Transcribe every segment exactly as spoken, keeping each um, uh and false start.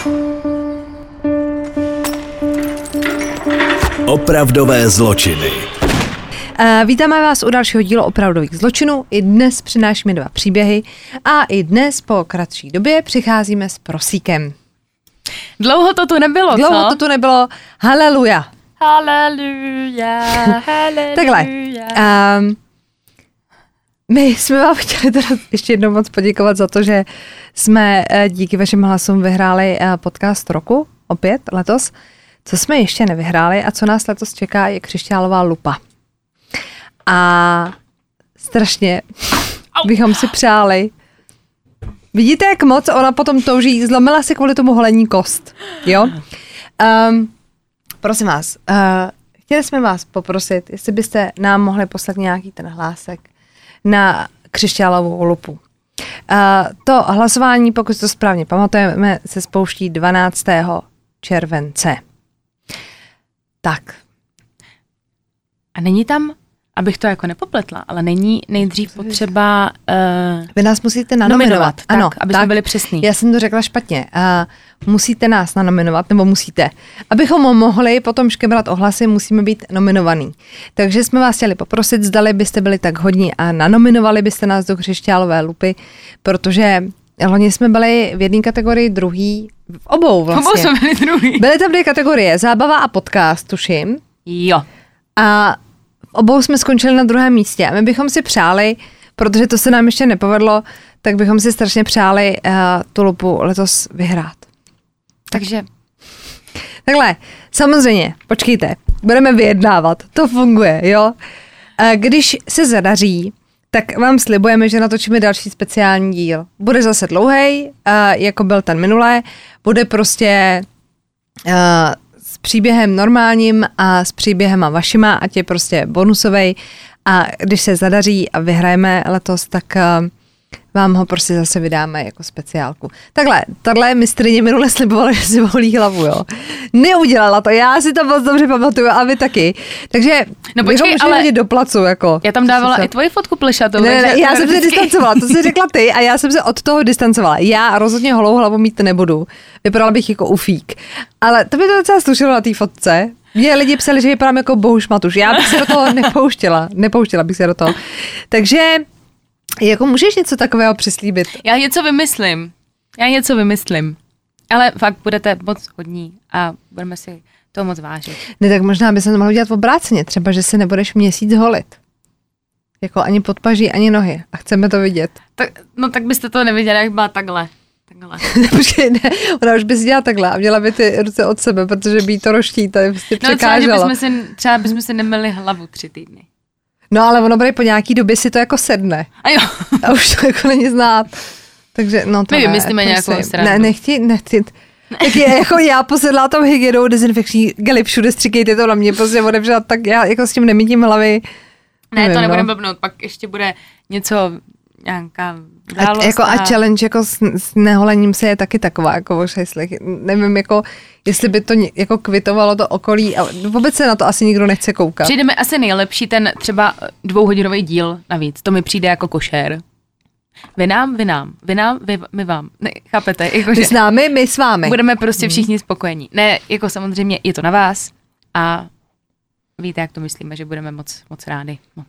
Opravdové zločiny. Uh, vítáme vás u dalšího dílu Opravdových zločinů. I dnes přinášíme dva příběhy a i dnes po kratší době přicházíme s prosíkem. Dlouho to tu nebylo, Dlouho co? to tu nebylo. Haleluja. Haleluja, haleluja. Takhle. Um, my jsme vám chtěli teda ještě jednou moc poděkovat za to, že jsme díky vašim hlasům vyhráli podcast roku, opět letos. Co jsme ještě nevyhráli a co nás letos čeká, je křišťálová lupa. A strašně bychom si přáli. Vidíte, jak moc ona potom touží, zlomila si kvůli tomu holení kost. Jo? Um, prosím vás, uh, chtěli jsme vás poprosit, jestli byste nám mohli poslat nějaký ten hlásek na křišťálovou lupu. Uh, to hlasování, pokud to správně pamatujeme, se spouští dvanáctého července. Tak. A není tam, abych to jako nepopletla, ale není nejdřív potřeba uh, Vy nás musíte nanominovat. nominovat, tak, ano, aby tak, jsme byli přesní. Já jsem to řekla špatně. Uh, musíte nás nanominovat, nebo musíte. Abychom mohli potom škebrat ohlasy, musíme být nominovaný. Takže jsme vás chtěli poprosit, zdali byste byli tak hodní a nanominovali byste nás do křišťálové lupy, protože loni jsme byli v jedné kategorii, druhý, v obou vlastně. V obou jsme byli druhý. Byly tam dvě kategorie, zábava a podcast, tuším. Jo. A obou jsme skončili na druhém místě a my bychom si přáli, protože to se nám ještě nepovedlo, tak bychom si strašně přáli uh, tu lupu letos vyhrát. Takže. Takhle, samozřejmě, počkejte, budeme vyjednávat, to funguje, jo. Uh, když se zadaří, tak vám slibujeme, že natočíme další speciální díl. Bude zase dlouhej, uh, jako byl ten minulé, bude prostě uh, s příběhem normálním a s příběhem a vašima, ať je prostě bonusovej. A když se zadaří a vyhrajeme letos, tak uh, vám ho prostě zase vydáme jako speciálku. Takhle, tahle mistryně minule slibovala, že si volí hlavu, jo. Neudělala to, já si to moc dobře pamatuju a vy taky. Takže no bychom počkej, můžeme ale hodit do placu, jako. Já tam dávala se... i tvoji fotku plešatou. Ne, ne, já jsem se vždycky... distancovala, to jsi řekla ty a já jsem se od toho distancovala. Já rozhodně holou hlavu mít nebudu. Vypadala bych jako ufík. Ale to by to docela slušelo na té fotce. Mě lidi psali, že vypadám jako Bohuš Matuš. Já bych se do toho nepouštěla. Nepouštěla bych se do toho. Takže jako můžeš něco takového přislíbit? Já něco vymyslím. Já něco vymyslím. Ale fakt budete moc hodní a budeme si to moc vážit. Ne, tak možná by se to mohlo dělat obráceně. Třeba, že se nebudeš měsíc holit. Jako ani podpaží, ani nohy. A chceme to vidět. Tak, no tak byste to neviděli, jak byla takhle. Takhle. Počkej, ne, ona už by si dělala takhle a měla by ty ruce od sebe, protože by jí to roštít a prostě no, překáželo. Třeba, bychom si, třeba bychom si nemyli hlavu tři týdny. No ale ono bude po nějaký době si to jako sedne. A jo. A už to jako není znát. Takže no to My ne, vymyslíme nějakou srandu. Ne, nechci, nechci. Tak je, jako já posedlá tam hygienou, dezinfekční gely všude, stříkejte to na mě, prostě odevřela, tak já jako s tím nemítím hlavy. Ne, nevím, to nebudeme no. blbnout, pak ještě bude něco, nějaká událost. A, jako, a challenge jako s, s neholením se je taky taková, jako o šejslech. Nevím, jako, jestli by to jako kvitovalo to okolí, a vůbec se na to asi nikdo nechce koukat. Přijde mi asi nejlepší ten třeba dvouhodinový díl navíc, to mi přijde jako košer. Vy nám, vy nám, vy nám, vy, my vám. Ne, chápete? Jako, Vy s námi, my s vámi. Budeme prostě všichni spokojení. Ne, jako samozřejmě je to na vás a víte, jak to myslíme, že budeme moc, moc rádi. Moc.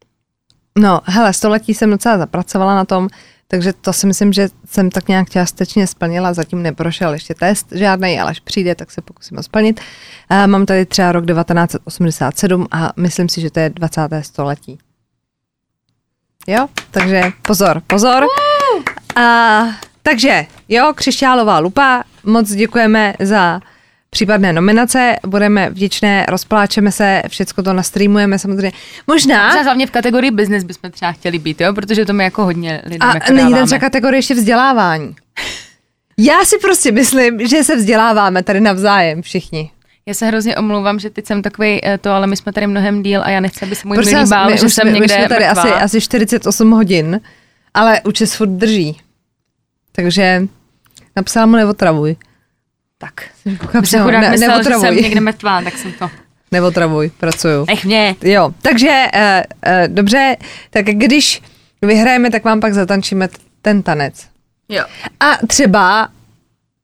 No, hele, století jsem docela zapracovala na tom, takže to si myslím, že jsem tak nějak částečně splnila, zatím neprošel ještě test žádnej, ale až přijde, tak se pokusím ho splnit. A mám tady třeba rok devatenáct osmdesát sedm a myslím si, že to je dvacáté století. Jo, takže pozor, pozor. A, takže, jo, křišťálová lupa, moc děkujeme za případné nominace, budeme vděčné, rozpláčeme se, všecko to nastreamujeme samozřejmě. Možná... Třeba hlavně v kategorii business bychom třeba chtěli být, jo, protože to my jako hodně lidem A jako není dáváme. tam třeba kategorie ještě vzdělávání. Já si prostě myslím, že se vzděláváme tady navzájem všichni. Já se hrozně omlouvám, že teď jsem takový to, ale my jsme tady mnohem díl a já nechci, aby se můj Prosím milý vás, bál, my že už jsem jsme, někde my jsme tady mrtvá. asi, asi čtyřicet osm hodin, ale účes furt drží. Takže napsala mu neotravuj. Tak. Koukám, Se chudák ne, myslel, že neotravuj. jsem někde mrtvá, tak jsem to. Neotravuj, pracuju. Nech mě. Jo, takže uh, uh, dobře, tak když vyhrajeme, tak vám pak zatančíme t- ten tanec. Jo. A třeba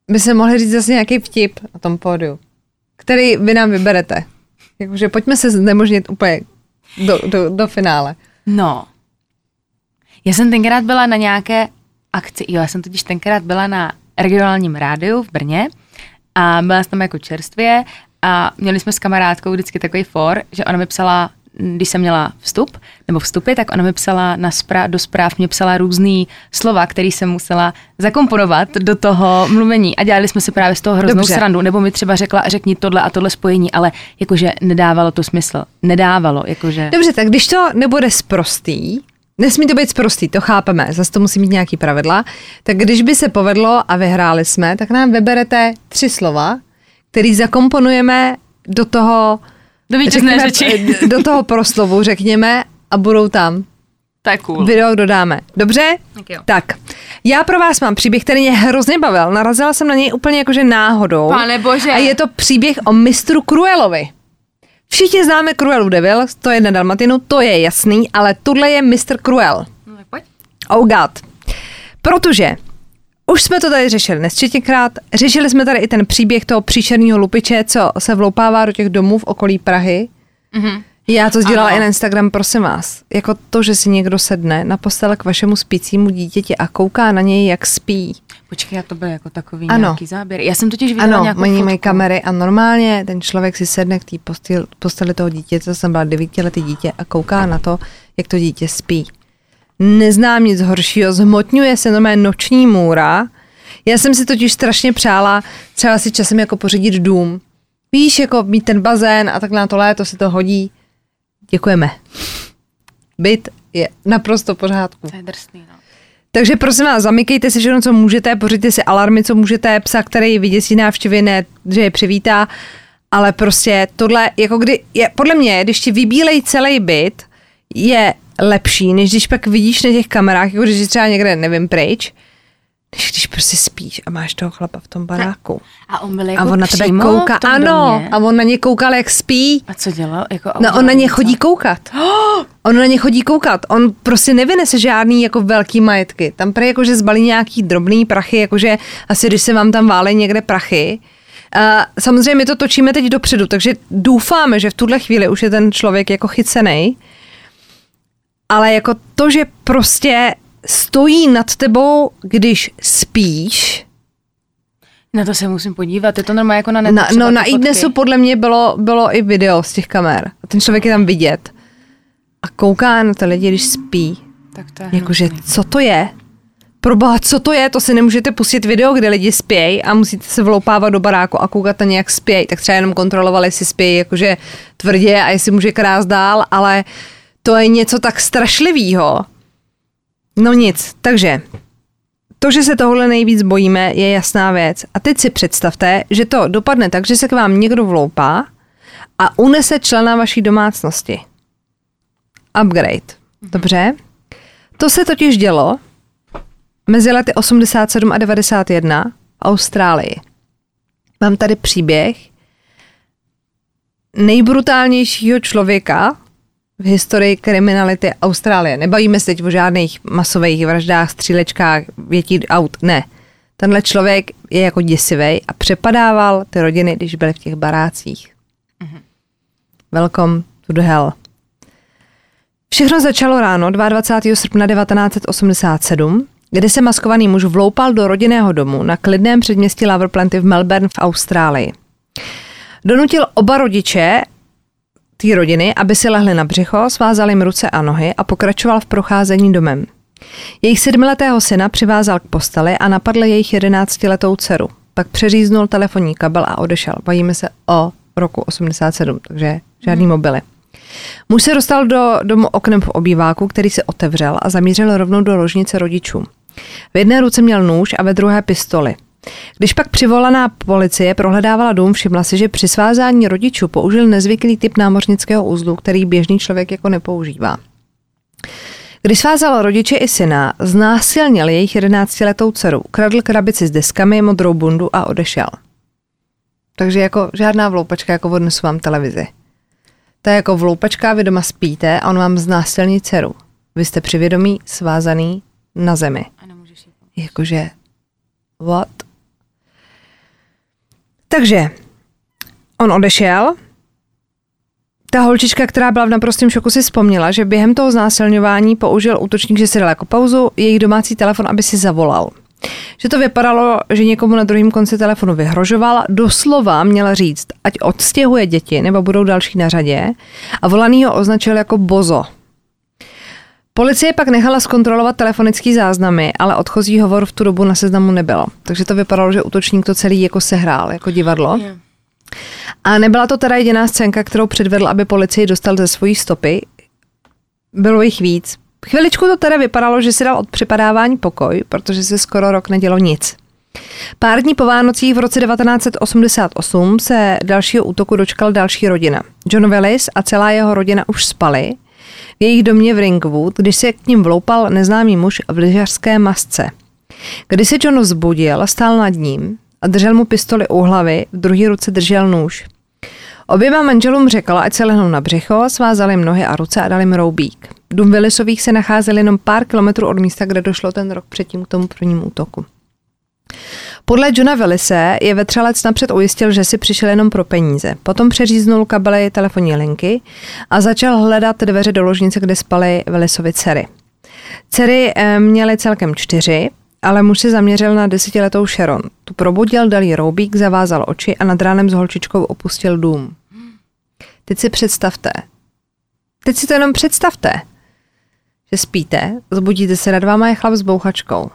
by se mohli říct zase nějaký vtip na tom pódiu, který vy nám vyberete. Jakože pojďme se znemožnit úplně do, do, do finále. No. Já jsem tenkrát byla na nějaké akci, jo, já jsem totiž tenkrát byla na regionálním rádiu v Brně a byla jsem tam jako čerstvě a měli jsme s kamarádkou vždycky takový for, že ona mi psala, když jsem měla vstup, nebo vstupy, tak ona mi psala na spra- do zpráv, mě psala různý slova, který jsem musela zakomponovat do toho mluvení a dělali jsme si právě z toho hroznou Dobře. srandu, nebo mi třeba řekla, řekni tohle a tohle spojení, ale jakože nedávalo to smysl. Nedávalo, jakože... Dobře, tak když to nebude sprostý, nesmí to být sprostý, to chápeme, zase to musí mít nějaký pravidla, tak když by se povedlo a vyhráli jsme, tak nám vyberete tři slova, který zakomponujeme do toho Do vítězné řekněme, řeči. do toho proslovu, řekněme, a budou tam. To je cool. Video dodáme. Dobře? Tak jo. Tak. Já pro vás mám příběh, který mě hrozně bavil. Narazila jsem na něj úplně jakože náhodou. Pane bože. A je to příběh o mistru Cruellovi. Všichni známe Cruellu de Vil, sto jedna Dalmatinu, to je jasný, ale tohle je mister Cruel. No, tak pojď. Oh God. Protože už jsme to tady řešili nesčetněkrát. Řešili jsme tady i ten příběh toho příšerního lupiče, co se vloupává do těch domů v okolí Prahy. Mhm. Já to sdělala Ano. i na Instagram, prosím vás. Jako to, že si někdo sedne na postele k vašemu spícímu dítěti a kouká na něj, jak spí. Počkej, a to byl jako takový Ano. nějaký záběr. Já jsem totiž viděla Ano, nějakou mají fotku. mají kamery a normálně ten člověk si sedne k té postel, posteli toho dítěte, to jsem byla devítiletý dítě a kouká na to, jak to dítě spí. Neznám nic horšího, zhmotňuje se normálně noční můra. Já jsem si totiž strašně přála třeba si časem jako pořídit dům. Víš, jako mít ten bazén a takhle na to léto se to hodí. Děkujeme. Byt je naprosto v pořádku. To je drsný, no. Takže prosím vás, zamykejte si všechno, co můžete, pořiďte si alarmy, co můžete, psa, který vyděsí návštěvy, ne, že je přivítá, ale prostě tohle, jako kdy, je, podle mě, když ti vybílej celý byt, je lepší, než když pak vidíš na těch kamerách, jako když jsi třeba někde, nevím, pryč, než když prostě spíš a máš toho chlapa v tom baráku. A on byl A jako on na tebe přímo kouká, v tom ano, domě. a on na ně koukal, jak spí. A co dělal? Jako, a No, on udělal na ně něco? chodí koukat. On na ně chodí koukat. On prostě nevynese žádný jako velký majetky. Tam prý jakože zbalí nějaký drobný prachy, jakože asi když se vám tam válej někde prachy. Uh, samozřejmě my to točíme teď dopředu, takže doufáme, že v tuhle chvíli už je ten člověk jako chycenej. Ale jako to, že prostě stojí nad tebou, když spíš. Na to se musím podívat, je to normálně jako na netu. Na, třeba no ty na fotky. iDnesu podle mě bylo, bylo i video z těch kamer. A ten člověk je tam vidět. A kouká na ty lidi, když spí. Tak to je Jakože, hrozný. co to je? Proboha, co to je? To si nemůžete pustit video, kde lidi spějí a musíte se vloupávat do baráku a koukat na ně, jak spějí. Tak třeba jenom kontrolovali, jestli spějí jakože tvrdě a jestli může krást dál, ale to je něco tak strašlivýho. No nic, takže to, že se tohle nejvíc bojíme, je jasná věc. A teď si představte, že to dopadne tak, že se k vám někdo vloupá a unese člena vaší domácnosti. Upgrade. Dobře? To se totiž dělo mezi lety osmdesát sedm a devadesát jedna v Austrálii. Mám tady příběh nejbrutálnějšího člověka v historii kriminality Austrálie. Nebavíme se teď o žádných masových vraždách, střílečkách, větí aut. Ne. Tenhle člověk je jako děsivej a přepadával ty rodiny, když byly v těch barácích. Mm-hmm. Welcome to the hell. Všechno začalo ráno dvacátého druhého srpna devatenáct set osmdesát sedm, kde se maskovaný muž vloupal do rodinného domu na klidném předměstí Laver Plenty v Melbourne v Austrálii. Donutil oba rodiče té rodiny, aby si lehli na břicho, svázal jim ruce a nohy a pokračoval v procházení domem. Jejich sedmiletého syna přivázal k posteli a napadl jejich jedenáctiletou dceru. Pak přeříznul telefonní kabel a odešel. Bavíme se o roku osmdesát sedm, takže žádný mobily. Muž se dostal do domu oknem v obýváku, který se otevřel a zamířil rovnou do ložnice rodičů. V jedné ruce měl nůž a ve druhé pistoli. Když pak přivolaná policie prohledávala dům, všimla si, že při svázání rodičů použil nezvyklý typ námořnického uzlu, který běžný člověk jako nepoužívá. Když svázal rodiče i syna, znásilnil jejich jedenáctiletou dceru, kradl krabici s deskami, modrou bundu a odešel. Takže jako žádná vloupačka, jako odnesu vám televizi. To je jako vloupačka, vy doma spíte a on vám znásilní dceru. Vy jste při vědomí svázaný na zemi. A nemůžeš jít. Jakože, what? Takže on odešel. Ta holčička, která byla v naprostém šoku, si vzpomněla, že během toho znásilňování použil útočník, že si dal jako pauzu jejich domácí telefon, aby si zavolal. Že to vypadalo, že někomu na druhém konci telefonu vyhrožoval, doslova měla říct, ať odstěhuje děti, nebo budou další na řadě, a volaný ho označil jako bozo. Policie pak nechala zkontrolovat telefonický záznamy, ale odchozí hovor v tu dobu na seznamu nebylo. Takže to vypadalo, že útočník to celý jako sehrál, jako divadlo. Yeah. A nebyla to teda jediná scénka, kterou předvedl, aby policii dostal ze svojí stopy. Bylo jich víc. Chviličku to teda vypadalo, že si dal od připadávání pokoj, protože se skoro rok nedělo nic. Pár dní po Vánocích v roce devatenáct set osmdesát osm se dalšího útoku dočkal další rodina. John Willis a celá jeho rodina už spali v jejich domě v Ringwood, když se k ním vloupal neznámý muž v lyžařské masce. Když se John vzbudil, stál nad ním a držel mu pistoli u hlavy, v druhé ruce držel nůž. Oběma manželům řekl, ať se lehnou na břicho, svázali jim nohy a ruce a dali jim roubík. Dům Willisových se nacházel jenom pár kilometrů od místa, kde došlo ten rok předtím k tomu prvnímu útoku. Podle Johna Willise je vetřelec napřed ujistil, že si přišel jenom pro peníze. Potom přeříznul kabely telefonní linky a začal hledat dveře do ložnice, kde spaly Willisovy dcery. Dcery měly celkem čtyři, ale muž se zaměřil na desetiletou Sharon. Tu probudil, dal jí roubík, zavázal oči a nad ránem s holčičkou opustil dům. Teď si představte, teď si to jenom představte, že spíte, zbudíte se, nad váma je chlap s bouchačkou.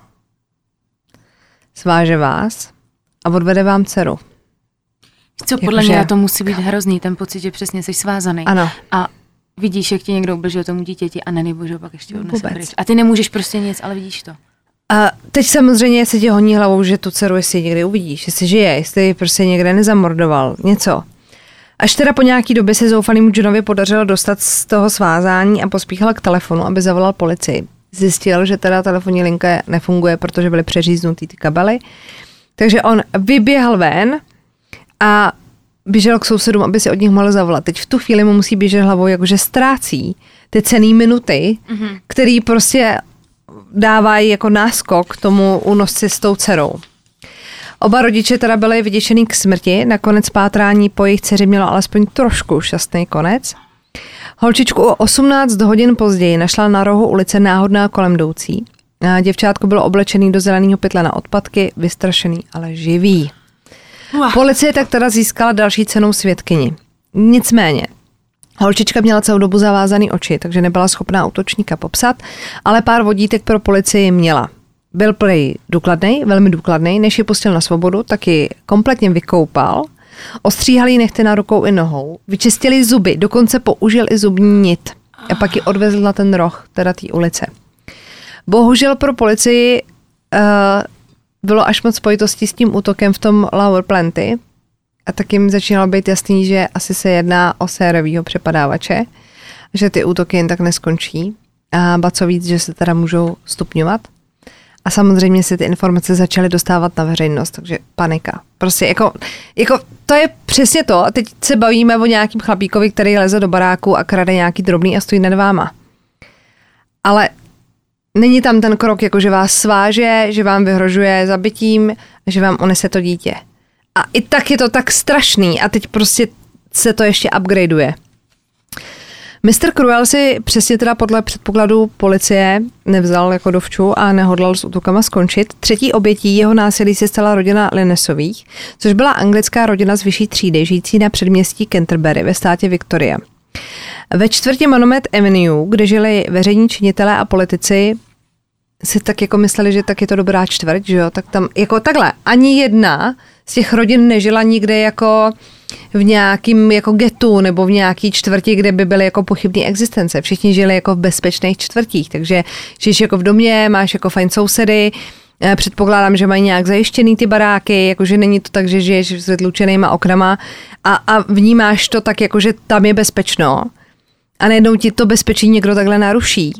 Sváže vás a odvede vám dceru. Co, podle mě to musí být hrozný, ten pocit, že přesně jsi svázaný. Ano. A vidíš, jak ti někdo ubližuje tomu dítěti a nedej ho pak ještě odnese pryč. A ty nemůžeš prostě nic, ale vidíš to. A teď samozřejmě se ti honí hlavou, že tu dceru jestli někdy uvidíš, jestli žije, jestli ji prostě někde nezamordoval, něco. Až teda po nějaký době se zoufalýmu Johnovi podařilo dostat z toho svázání a pospíchal k telefonu, aby zavolal policii. Zjistil, že teda telefonní linka nefunguje, protože byly přeříznutý ty kabely. Takže on vyběhl ven a běžel k sousedům, aby si od nich mohl zavolat. Teď v tu chvíli mu musí běžet hlavou, jakože ztrácí ty cenné minuty, mm-hmm. který prostě dávají jako náskok tomu únosci s tou dcerou. Oba rodiče teda byli vyděšený k smrti, nakonec pátrání po jejich dceři mělo alespoň trošku šťastný konec. Holčičku o osmnáct hodin později našla na rohu ulice náhodná kolem jdoucí. Děvčátko bylo oblečený do zeleného pytle na odpadky, vystrašený, ale živý. Wow. Policie tak teda získala další cenou svědkyni. Nicméně, holčička měla celou dobu zavázaný oči, takže nebyla schopná útočníka popsat, ale pár vodítek pro policii měla. Byl prej důkladnej, velmi důkladnej, než ji pustil na svobodu, tak ji kompletně vykoupal, ostříhal jí nehty na rukou i nohou, vyčistili zuby, dokonce použil i zubní nit a pak ji odvezl na ten roh, teda té ulice. Bohužel pro policii uh, bylo až moc spojitostí s tím útokem v tom Lower Plenty a tak jim začínalo být jasný, že asi se jedná o sériovýho přepadávače, že ty útoky jen tak neskončí a ba co víc, že se teda můžou stupňovat. A samozřejmě se ty informace začaly dostávat na veřejnost, takže panika. Prostě jako, jako to je přesně to. A teď se bavíme o nějakým chlapíkovi, který leze do baráku a krade nějaký drobný a stojí nad váma. Ale není tam ten krok, jako že vás sváže, že vám vyhrožuje zabitím, že vám unese to dítě. A i tak je to tak strašný a teď prostě se to ještě upgradeuje. mister Cruel si přesně teda podle předpokladu policie nevzal jako dovču a nehodlal s útokama skončit. Třetí obětí jeho násilí se stala rodina Linnesových, což byla anglická rodina z vyšší třídy, žijící na předměstí Canterbury ve státě Victoria. Ve čtvrtě Monument Avenue, kde žili veřejní činitelé a politici, si tak jako mysleli, že tak je to dobrá čtvrť, že jo, tak tam jako takhle, ani jedna z těch rodin nežila nikde jako v nějakým jako getu nebo v nějaký čtvrti, kde by byly jako pochybné existence. Všichni žili jako v bezpečných čtvrtích, takže žiješ jako v domě, máš jako fajn sousedy, předpokládám, že mají nějak zajištěný ty baráky, jakože není to tak, že žiješ s vytlučenýma oknama a, a vnímáš to tak, jako že tam je bezpečno a najednou ti to bezpečí někdo takhle naruší.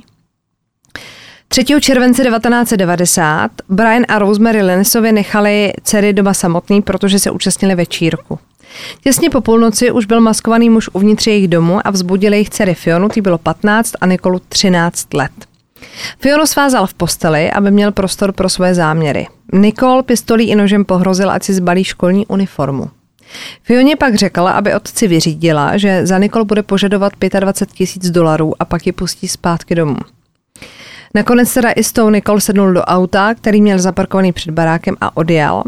třetího července devatenáct set devadesát Brian a Rosemary Linnesovi nechali dcery doma samotný, protože se účastnili večírku. Těsně po půlnoci už byl maskovaný muž uvnitř jejich domu a vzbudil jejich dcery Fionu, tý bylo patnáct a Nikolu třináct let. Fionu svázal v posteli, aby měl prostor pro své záměry. Nicole pistolí i nožem pohrozil, ať si zbalí školní uniformu. Fioně pak řekla, aby otci vyřídila, že za Nicole bude požadovat dvacet pět tisíc dolarů a pak ji pustí zpátky domů. Nakonec teda i s tou Nicole sednul do auta, který měl zaparkovaný před barákem a odjel.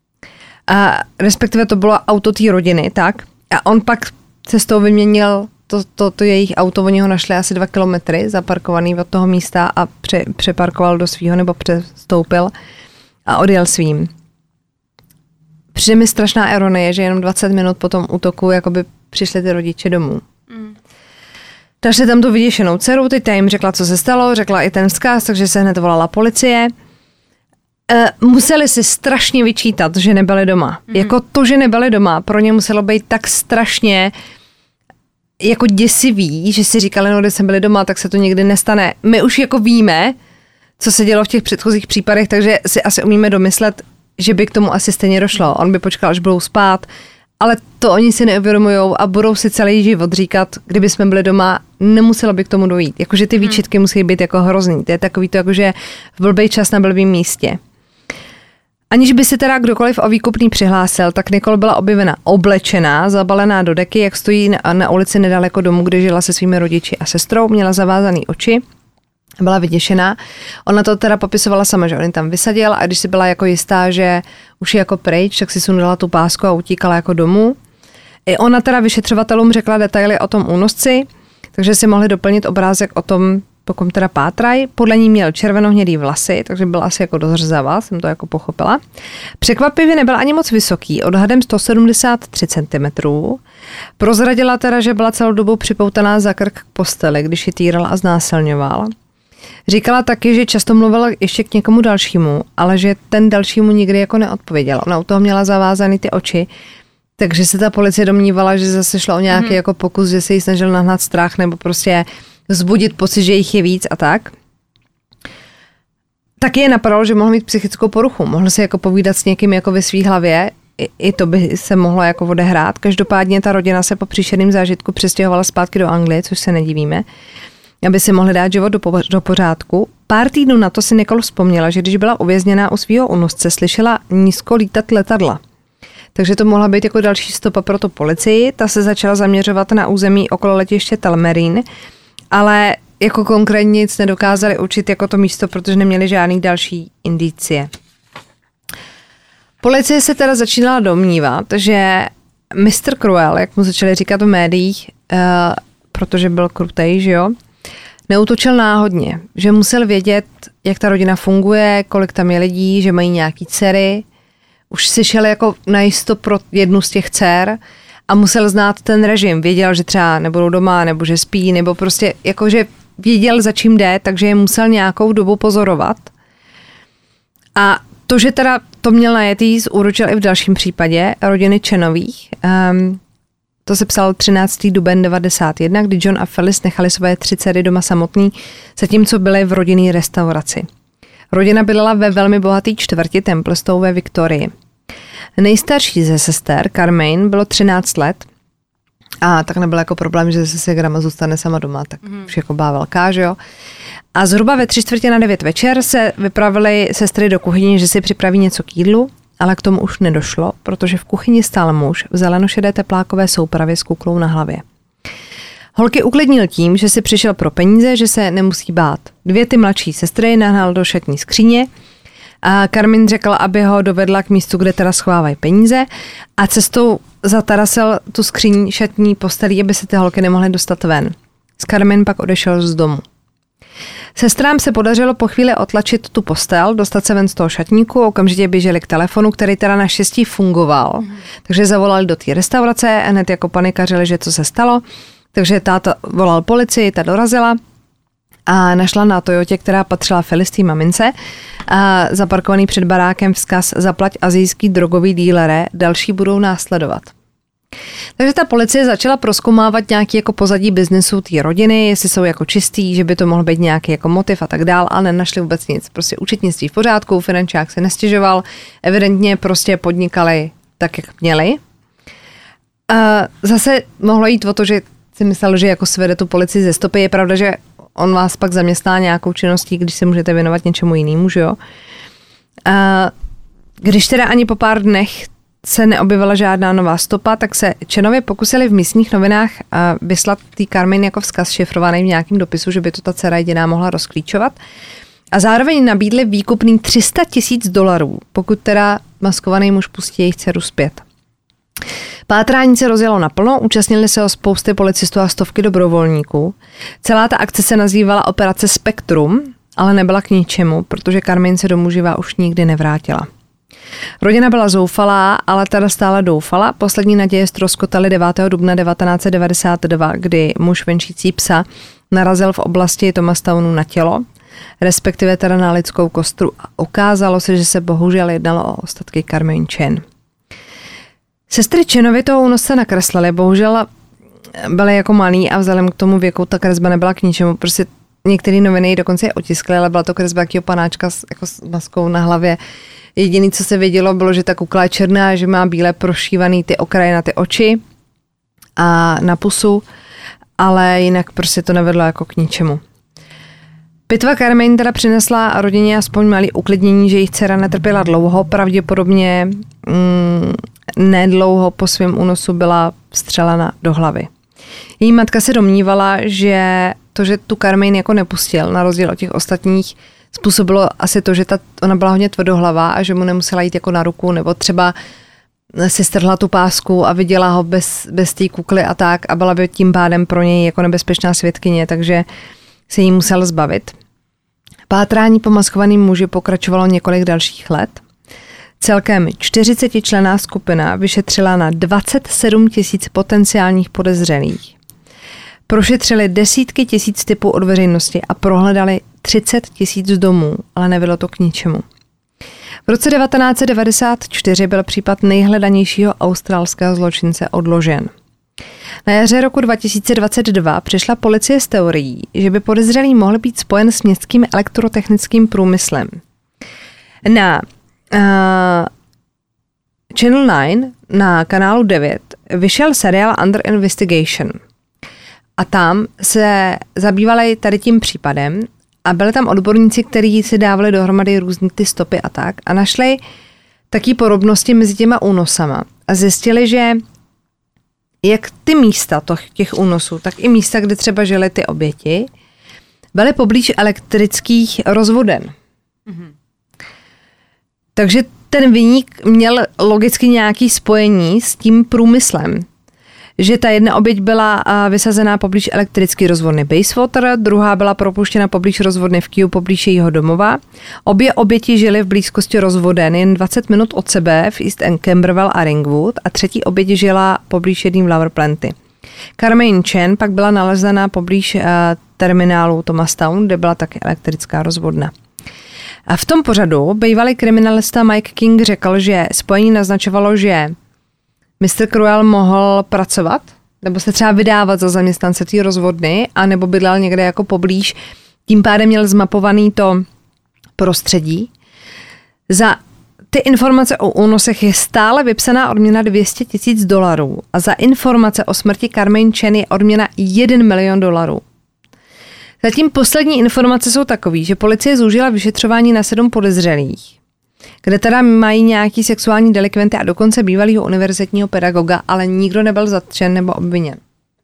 A respektive to bylo auto té rodiny, tak? A on pak cestou vyměnil to, to, to jejich auto, oni ho našli asi dva kilometry zaparkovaný od toho místa a pře, přeparkoval do svýho nebo přestoupil a odjel svým. Přijde mi strašná ironie, že jenom dvacet minut po tom útoku jakoby přišli ty rodiče domů. Mm. Našli tam tu vyděšenou dceru, teď jim řekla, co se stalo, řekla i ten vzkaz, takže se hned volala policie. E, museli si strašně vyčítat, že nebyli doma. Mm. Jako to, že nebyli doma, pro ně muselo být tak strašně jako děsivý, že si říkali, no, když jsme byli doma, tak se to nikdy nestane. My už jako víme, co se dělo v těch předchozích případech, takže si asi umíme domyslet, že by k tomu asi stejně došlo. On by počkal, až budou spát, ale to oni si neuvědomujou a budou si celý život říkat, kdyby jsme byli doma, nemuselo by k tomu dojít. Jakože ty výčitky musí být jako hrozný. To je takový to, jakože v blbej čas na blbým místě. Aniž by se teda kdokoliv o výkupný přihlásil, tak Nicole byla objevena oblečená, zabalená do deky, jak stojí na, na ulici nedaleko domu, kde žila se svými rodiči a sestrou, měla zavázaný oči, byla vyděšená. Ona to teda popisovala sama, že on tam vysadil a když si byla jako jistá, že už je jako pryč, tak si sundala tu pásku a utíkala jako domů. I ona teda vyšetřovatelům řekla detaily o tom únosci, takže si mohli doplnit obrázek o tom, po kom teda pátraj. Podle ní měl červenohnědý vlasy, takže byl asi jako dost řezavá, jsem to jako pochopila. Překvapivě nebyl ani moc vysoký, odhadem sto sedmdesát tři centimetrů. Prozradila teda, že byla celou dobu připoutaná za krk k posteli, když ji týral a znásilňoval. Říkala taky, že často mluvila ještě k někomu dalšímu, ale že ten dalšímu nikdy jako neodpověděl. Ona u toho měla zavázaný ty oči, takže se ta policie domnívala, že zase šlo o nějaký hmm. jako pokus, že se jí snažil nahnat strach nebo prostě vzbudit pocit, že jich je víc a tak. Taky je napadalo, že mohl mít psychickou poruchu. Mohl se jako povídat s někým jako ve svý hlavě. I, I to by se mohlo jako odehrát. Každopádně ta rodina se po příšerném zážitku přestěhovala zpátky do Anglie, což se nedivíme, aby si mohli dát život do, po, do pořádku. Pár týdnů na to si Nicole vzpomněla, že když byla uvězněná u svého únosce, slyšela nízko lítat letadla. Takže to mohla být jako další stopa pro tu policii. Ta se začala zaměřovat na území okolo letiště Telmerín, ale jako konkrétně nic nedokázali určit jako to místo, protože neměli žádný další indicie. Policie se teda začínala domnívat, že mister Cruel, jak mu začali říkat v médiích, uh, protože byl krutej, že jo, neútočil náhodně, že musel vědět, jak ta rodina funguje, kolik tam je lidí, že mají nějaký dcery. Už si šel jako najisto pro jednu z těch dcer a musel znát ten režim. Věděl, že třeba nebudou doma, nebo že spí, nebo prostě jakože věděl, za čím jde, takže je musel nějakou dobu pozorovat. A to, že teda to měl najetý, zúročil i v dalším případě rodiny Chenových. Um, to se psal třináctého dubna devadesát jedna, kdy John a Phyllis nechali své tři dcery doma samotný, zatímco byli v rodinné restauraci. Rodina bydlela ve velmi bohatý čtvrti Templestowe ve Viktorii. Nejstarší ze sester, Carmine, bylo třináct let a tak nebyl jako problém, že se ségrama zůstane sama doma, tak mm. už jako byla velká, že jo. A zhruba ve tři čtvrtě na devět večer se vypravily sestry do kuchyně, že si připraví něco k jídlu, ale k tomu už nedošlo, protože v kuchyni stál muž v zelenošedé teplákové soupravě s kuklou na hlavě. Holky uklidnil tím, že si přišel pro peníze, že se nemusí bát. Dvě ty mladší sestry nahnal do šatní skříně a Carmine řekla, aby ho dovedla k místu, kde teda schovávají peníze a cestou zatarasil tu skříň šatní postelí, aby se ty holky nemohly dostat ven. S Carmine pak odešel z domu. Sestrám se podařilo po chvíli otlačit tu postel, dostat se ven z toho šatníku, okamžitě běželi k telefonu, který teda naštěstí fungoval. Mm. Takže zavolali do té restaurace a hned jako panikařili, že co se stalo. Takže táta volal policii, ta dorazila a našla na Toyotě, která patřila Phyllis mamince, a zaparkovaný před barákem vzkaz zaplať asijský drogový dílere, další budou následovat. Takže ta policie začala prozkoumávat nějaký jako pozadí biznesu té rodiny, jestli jsou jako čistý, že by to mohl být nějaký jako motiv a tak dál, ale nenašli vůbec nic. Prostě účetnictví v pořádku, finančák se nestěžoval, evidentně prostě podnikali tak, jak měli. A zase mohlo jít o to, že si myslel, že jako svede tu policii ze stopy. Je pravda, že on vás pak zaměstná nějakou činností, když se můžete věnovat něčemu jinému, že jo. A když teda ani po pár dnech se neobjevila žádná nová stopa, tak se Chenovi pokusili v místních novinách vyslat tý Carmine jako vzkaz šifrovaný v nějakém dopisu, že by to ta dcera jediná mohla rozklíčovat. A zároveň nabídli výkupný tři sta tisíc dolarů, pokud teda maskovaný muž pustí jejich dceru zpět. Pátrání se rozjelo naplno, účastnili se ho spousty policistů a stovky dobrovolníků. Celá ta akce se nazývala Operace Spektrum, ale nebyla k ničemu, protože Carmine se domů živá už nikdy nevrátila. Rodina byla zoufalá, ale teda stále doufala. Poslední naděje ztroskotaly devátého dubna devatenáct set devadesát dva, kdy muž venčící psa narazil v oblasti Thomastown na tělo, respektive teda na lidskou kostru, a ukázalo se, že se bohužel jednalo o ostatky Carmine Chen. Sestry Chenovi toho únosce nakreslily, bohužel byly jako malý a vzhledem k tomu věku ta kresba nebyla k ničemu. Prostě některé noviny ji dokonce otiskly, ale byla to kresba jakýho panáčka s, jako s maskou na hlavě. Jediné, co se vědělo, bylo, že ta kukla je černá, že má bíle prošívaný ty okraje na ty oči a na pusu, ale jinak prostě to nevedlo jako k ničemu. Pitva Carmine teda přinesla rodině aspoň malý uklidnění, že jejich dcera netrpěla dlouho, pravděpodobně mm, nedlouho po svém únosu byla vstřelena do hlavy. Její matka se domnívala, že to, že tu Carmine jako nepustil, na rozdíl od těch ostatních, způsobilo asi to, že ta, ona byla hodně tvrdohlavá a že mu nemusela jít jako na ruku, nebo třeba si strhla tu pásku a viděla ho bez, bez té kukly a tak a byla by tím pádem pro něj jako nebezpečná svědkyně, takže se jí musel zbavit. Pátrání po maskovaným muži pokračovalo několik dalších let. Celkem čtyřicetičlenná skupina vyšetřila na dvacet sedm tisíc potenciálních podezřelých. Prošetřili desítky tisíc typů od veřejnosti a prohledali třicet tisíc domů, ale nevedlo to k ničemu. V roce devatenáct set devadesát čtyři byl případ nejhledanějšího australského zločince odložen. Na jaře roku dva tisíce dvacet dva přišla policie s teorií, že by podezřelý mohl být spojen s městským elektrotechnickým průmyslem. Na uh, Channel devět, na kanálu devět, vyšel seriál Under Investigation. A tam se zabývali tady tím případem a byli tam odborníci, kteří si dávali dohromady různý ty stopy a tak a našli taky podobnosti mezi těma únosama a zjistili, že jak ty místa těch únosů, tak i místa, kde třeba žily ty oběti, byly poblíž elektrických rozvoden. Mm-hmm. Takže ten viník měl logicky nějaké spojení s tím průmyslem. Že ta jedna oběť byla vysazená poblíž elektrické rozvodny Bayswater, druhá byla propuštěna poblíž rozvodny v Kew poblíž jejího domova. Obě oběti žily v blízkosti rozvoden jen dvacet minut od sebe v East End, Camberwell a Ringwood a třetí oběť žila poblíž jedné Flower Planty. Carmine Chen pak byla nalezena poblíž uh, terminálu Thomastown, kde byla také elektrická rozvodna. A v tom pořadu bývalý kriminalista Mike King řekl, že spojení naznačovalo, že mister Crewell mohl pracovat, nebo se třeba vydávat za zaměstnance té rozvodny, anebo bydlel někde jako poblíž. Tím pádem měl zmapovaný to prostředí. Za ty informace o únosech je stále vypsaná odměna dvě stě tisíc dolarů a za informace o smrti Carmine Chen je odměna jeden milion dolarů. Zatím poslední informace jsou takový, že policie zúžila vyšetřování na sedm podezřelých, kde teda mají nějaký sexuální delikventy a dokonce bývalýho univerzitního pedagoga, ale nikdo nebyl zatčen nebo obviněn.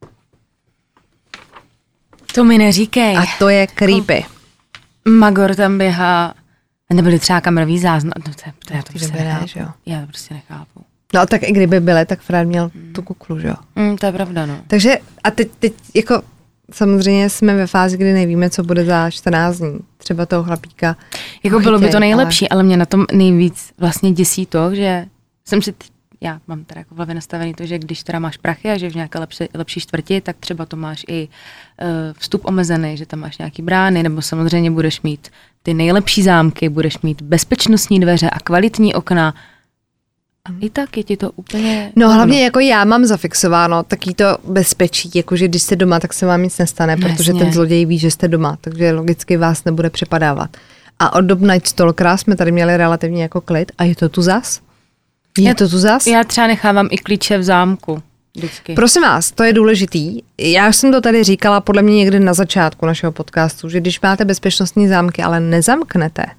To mi neříkej. A to je creepy. Magor tam běhá, nebyly třeba kamerový záznam. No to, to já to prostě ne, nechápu. jo. Já to prostě nechápu. No tak i kdyby byly, tak Fred měl mm. tu kuklu, že jo. Mm, to je pravda, no. Takže a teď, teď jako samozřejmě jsme ve fázi, kdy nevíme, co bude za čtrnáct dní. Třeba toho chlapíka. Jako bylo by to nejlepší, ale... ale mě na tom nejvíc vlastně děsí to, že jsem si, já mám teda jako v hlavě nastavený to, že když teda máš prachy a že v nějaké lepší, lepší čtvrti, tak třeba to máš i uh, vstup omezený, že tam máš nějaký brány, nebo samozřejmě budeš mít ty nejlepší zámky, budeš mít bezpečnostní dveře a kvalitní okna. A i tak je ti to úplně... No hlavně jako já mám zafixováno taky to bezpečí, jakože když jste doma, tak se vám nic nestane, no, protože jasně. Ten zloděj ví, že jste doma, takže logicky vás nebude přepadávat. A od dob Night Stalkera jsme tady měli relativně jako klid a je to tu zas? Je já, to tu zas? Já třeba nechávám i klíče v zámku. Vždycky. Prosím vás, to je důležitý. Já jsem to tady říkala podle mě někdy na začátku našeho podcastu, že když máte bezpečnostní zámky, ale nezamknete,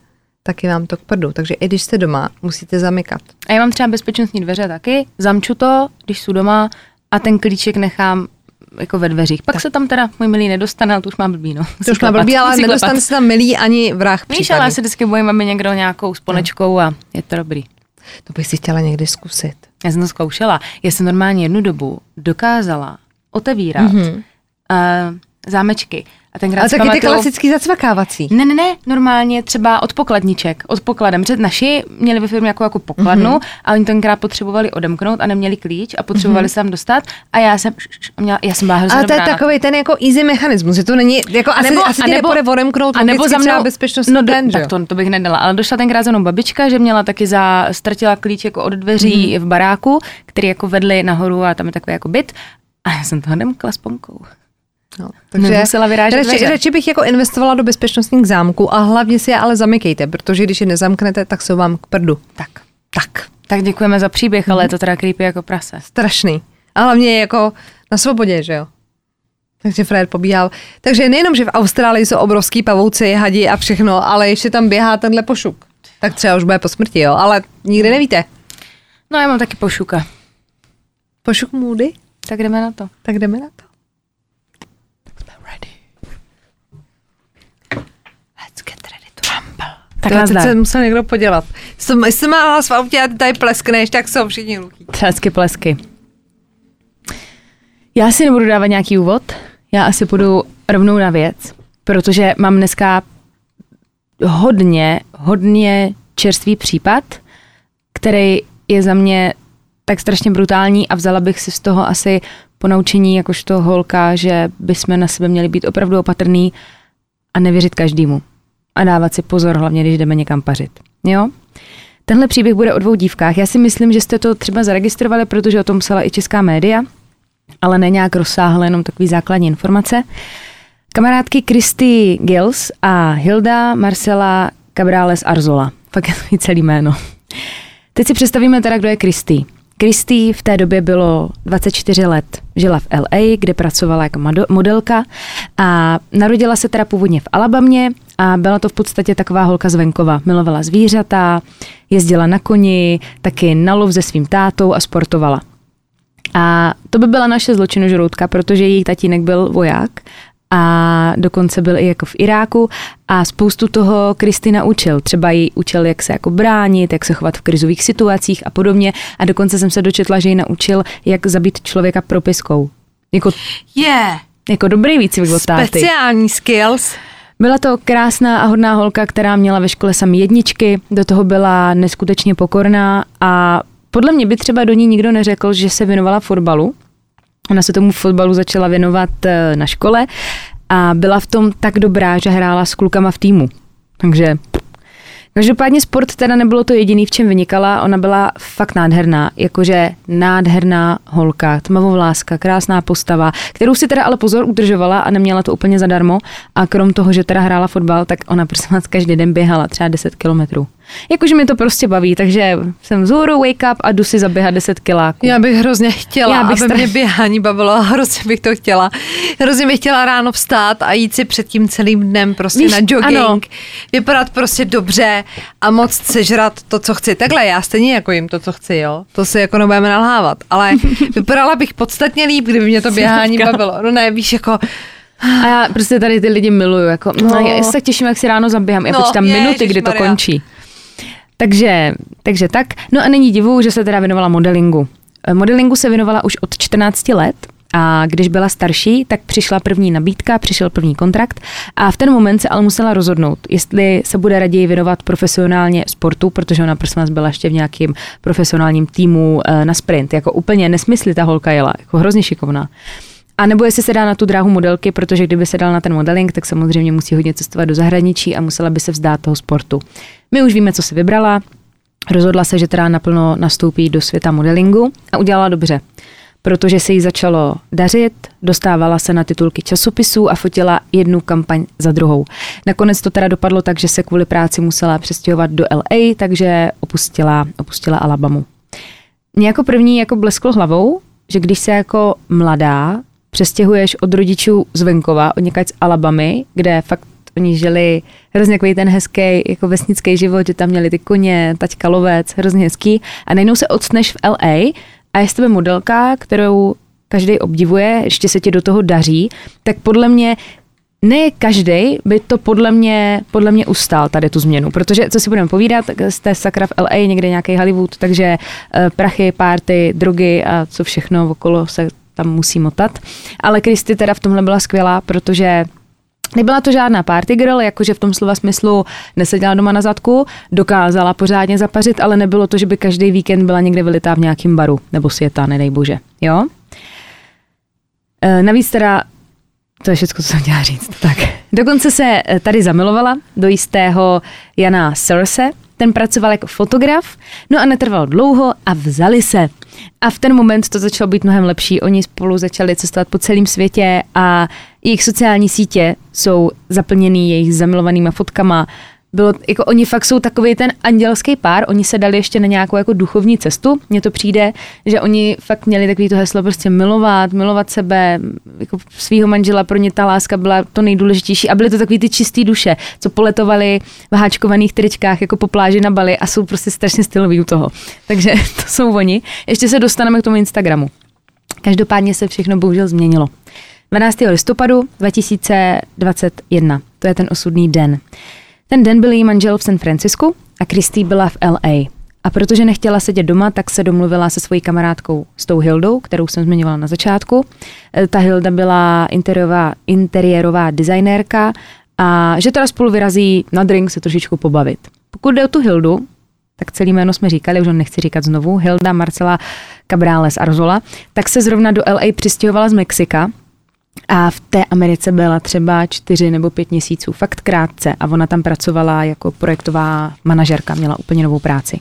taky vám to k prdu. Takže i když jste doma, musíte zamykat. A já mám třeba bezpečnostní dveře taky, zamču to, když jsou doma a ten klíček nechám jako ve dveřích. Pak tak se tam teda můj milý nedostane, ale to už má blbý, no. To už má blbý, ale nedostane se tam milý ani vrah Víš, ale já se vždycky bojím, aby někdo nějakou sponečkou a je to dobrý. To bych si chtěla někdy zkusit. Já jsem to zkoušela. Já jsem normálně jednu dobu dokázala otevírat mm-hmm. uh, zámečky. A tenkrát ale taky pamatuju, ty klasický zacvakávací. Ne, ne, ne, normálně třeba od pokladniček, od pokladem. Před naši měli ve firmě jako, jako pokladnu mm-hmm. a oni tenkrát potřebovali odemknout a neměli klíč a potřebovali mm-hmm. se tam dostat a já jsem, měla, já jsem byla hrozně dobrá. Ale to je takový ten jako easy mechanismus, že to není, jako asi, nebo, asi ti nepůjde odemknout, a nebo za mnou bezpečnostní no, den, tak to, to bych nedala, ale došla tenkrát za mnou babička, že měla taky za, ztratila klíč jako od dveří mm-hmm. v baráku, který jako vedli nahoru a tam je takový jako byt a já jsem to odemkla s ponkou. No, takže radši, radši bych jako investovala do bezpečnostních zámků a hlavně si je ale zamykejte, protože když je nezamknete, tak jsou vám k prdu. Tak, tak. Tak děkujeme za příběh, mm. ale je to teda creepy jako prase. Strašný. A hlavně je jako na svobodě, že jo. Takže Fred pobíhal. Takže nejenom, že v Austrálii jsou obrovský pavouci, hadi a všechno, ale ještě tam běhá tenhle pošuk. Tak třeba už bude po smrti, jo, ale nikdy nevíte. No já mám taky pošuka. Pošuk Moody? Tak jdeme na to. Tak jdeme na to. Tak nás se musel někdo podělat. Jestli má hlas v autě a ty tady pleskneš, tak jsou všichni hluchí. Třásky plesky. Já si nebudu dávat nějaký úvod, já asi půjdu rovnou na věc, protože mám dneska hodně, hodně čerstvý případ, který je za mě tak strašně brutální a vzala bych si z toho asi ponaučení jakožto holka, že bychom na sebe měli být opravdu opatrný a nevěřit každému. A dávat si pozor, hlavně když jdeme někam pařit. Jo? Tenhle příběh bude o dvou dívkách. Já si myslím, že jste to třeba zaregistrovali, protože o tom psala i česká média, ale ne nějak rozsáhle, jenom takový základní informace. Kamarádky Christy Gills a Hilda Marcela Cabrales Arzola. Fakt je to celý jméno. Teď si představíme teda, kdo je Christy. Christy v té době bylo dvacet čtyři let. Žila v L A, kde pracovala jako modelka a narodila se teda původně v Alabamě a byla to v podstatě taková holka z venkova. Milovala zvířata, jezdila na koni, taky na lov se svým tátou a sportovala. A to by byla naše zločinožroutka, protože její tatínek byl voják a dokonce byl i jako v Iráku a spoustu toho Christy naučil. Třeba jí učil, jak se jako bránit, jak se chovat v krizových situacích a podobně a dokonce jsem se dočetla, že ji naučil, jak zabít člověka propiskou. Jako, yeah. jako dobrý výcvik od táty. Speciální skills. Byla to krásná a hodná holka, která měla ve škole sami jedničky, do toho byla neskutečně pokorná a podle mě by třeba do ní nikdo neřekl, že se věnovala fotbalu. Ona se tomu fotbalu začala věnovat na škole a byla v tom tak dobrá, že hrála s klukama v týmu. Takže každopádně sport teda nebylo to jediný, v čem vynikala. Ona byla fakt nádherná, jakože nádherná holka, tmavovláska, krásná postava, kterou si teda ale pozor udržovala a neměla to úplně zadarmo. A krom toho, že teda hrála fotbal, tak ona prostě každý den běhala třeba deset kilometrů. Jakože mi to prostě baví, takže jsem vzhůru, wake up a jdu si zaběhat deset kiláků. Já bych hrozně chtěla, Já bych aby stra... mě běhání bavilo a hrozně bych to chtěla. Hrozně bych chtěla ráno vstát a jít si před tím celým dnem prostě Víš, na jogging, ano. vypadat prostě dobře a moc sežrat to, co chci. Takhle já stejně jako jim to, co chci, jo. To si jako nebudeme nalhávat, ale vypadala bych podstatně líp, kdyby mě to běhání bavilo. No ne, víš, jako... A já prostě tady ty lidi miluju, jako, no. Já se tak těším, jak si ráno zaběhám. Já no, počítám je, minuty, kdy to končí. Takže, takže tak. No a není divu, že se teda věnovala modelingu. Modelingu se věnovala už od čtrnácti let a když byla starší, tak přišla první nabídka, přišel první kontrakt a v ten moment se ale musela rozhodnout, jestli se bude raději věnovat profesionálně sportu, protože ona prosím vás byla ještě v nějakém profesionálním týmu na sprint. Jako úplně nesmysly ta holka jela, jako hrozně šikovná. A nebo jestli se dá na tu dráhu modelky, protože kdyby se dal na ten modeling, tak samozřejmě musí hodně cestovat do zahraničí a musela by se vzdát toho sportu. My už víme, co si vybrala. Rozhodla se, že teda naplno nastoupí do světa modelingu a udělala dobře, protože se jí začalo dařit, dostávala se na titulky časopisů a fotila jednu kampaň za druhou. Nakonec to teda dopadlo tak, že se kvůli práci musela přestěhovat do L A, takže opustila, opustila Alabamu. Mně jako první jako blesklo hlavou, že když se jako mladá přestěhuješ od rodičů z venkova, od někaď z Alabamy, kde fakt oni žili hrozně takový ten hezký jako vesnický život, že tam měli ty koně, taťka lovec, hrozně hezký. A najednou se odstneš v L A a je z tebe modelka, kterou každý obdivuje, ještě se ti do toho daří, tak podle mě ne každý by to podle mě, podle mě ustál tady tu změnu, protože co si budeme povídat, jste sakra v L A, někde nějaký Hollywood, takže uh, prachy, party, drogy a co všechno okolo se tam musí motat. Ale Kristy teda v tomhle byla skvělá, protože nebyla to žádná party girl, jakože v tom slova smyslu neseděla doma na zadku, dokázala pořádně zapařit, ale nebylo to, že by každý víkend byla někde vylitá v nějakém baru, nebo světa, nedej bože, jo? E, navíc teda to je všechno, co jsem chtěla říct. Tak. Dokonce se tady zamilovala do jistého Jana Searse. Ten pracoval jako fotograf, no a netrval dlouho a vzali se. A v ten moment to začalo být mnohem lepší. Oni spolu začali cestovat po celém světě a jejich sociální sítě jsou zaplněný jejich zamilovanýma fotkama. Bylo, jako oni fakt jsou takový ten andělský pár, oni se dali ještě na nějakou jako duchovní cestu, mně to přijde, že oni fakt měli takový to heslo prostě milovat, milovat sebe, jako svýho manžela, pro ně ta láska byla to nejdůležitější a byly to takový ty čistý duše, co poletovali v háčkovaných tričkách jako po pláži na Bali a jsou prostě strašně styloví u toho. Takže to jsou oni. Ještě se dostaneme k tomu Instagramu. Každopádně se všechno bohužel změnilo. dvanáctého listopadu dva tisíce dvacet jedna, to je ten osudný den. Ten den byl její manžel v San Francisku a Kristy byla v L A. A protože nechtěla sedět doma, tak se domluvila se svojí kamarádkou s tou Hildou, kterou jsem zmiňovala na začátku. Ta Hilda byla interiérová, interiérová designérka a že teda spolu vyrazí na drink se trošičku pobavit. Pokud jde o tu Hildu, tak celý jméno jsme říkali, už ho nechci říkat znovu, Hilda Marcela Cabrales Arzola, tak se zrovna do L A přistěhovala z Mexika. A v té Americe byla třeba čtyři nebo pět měsíců, fakt krátce. A ona tam pracovala jako projektová manažerka, měla úplně novou práci.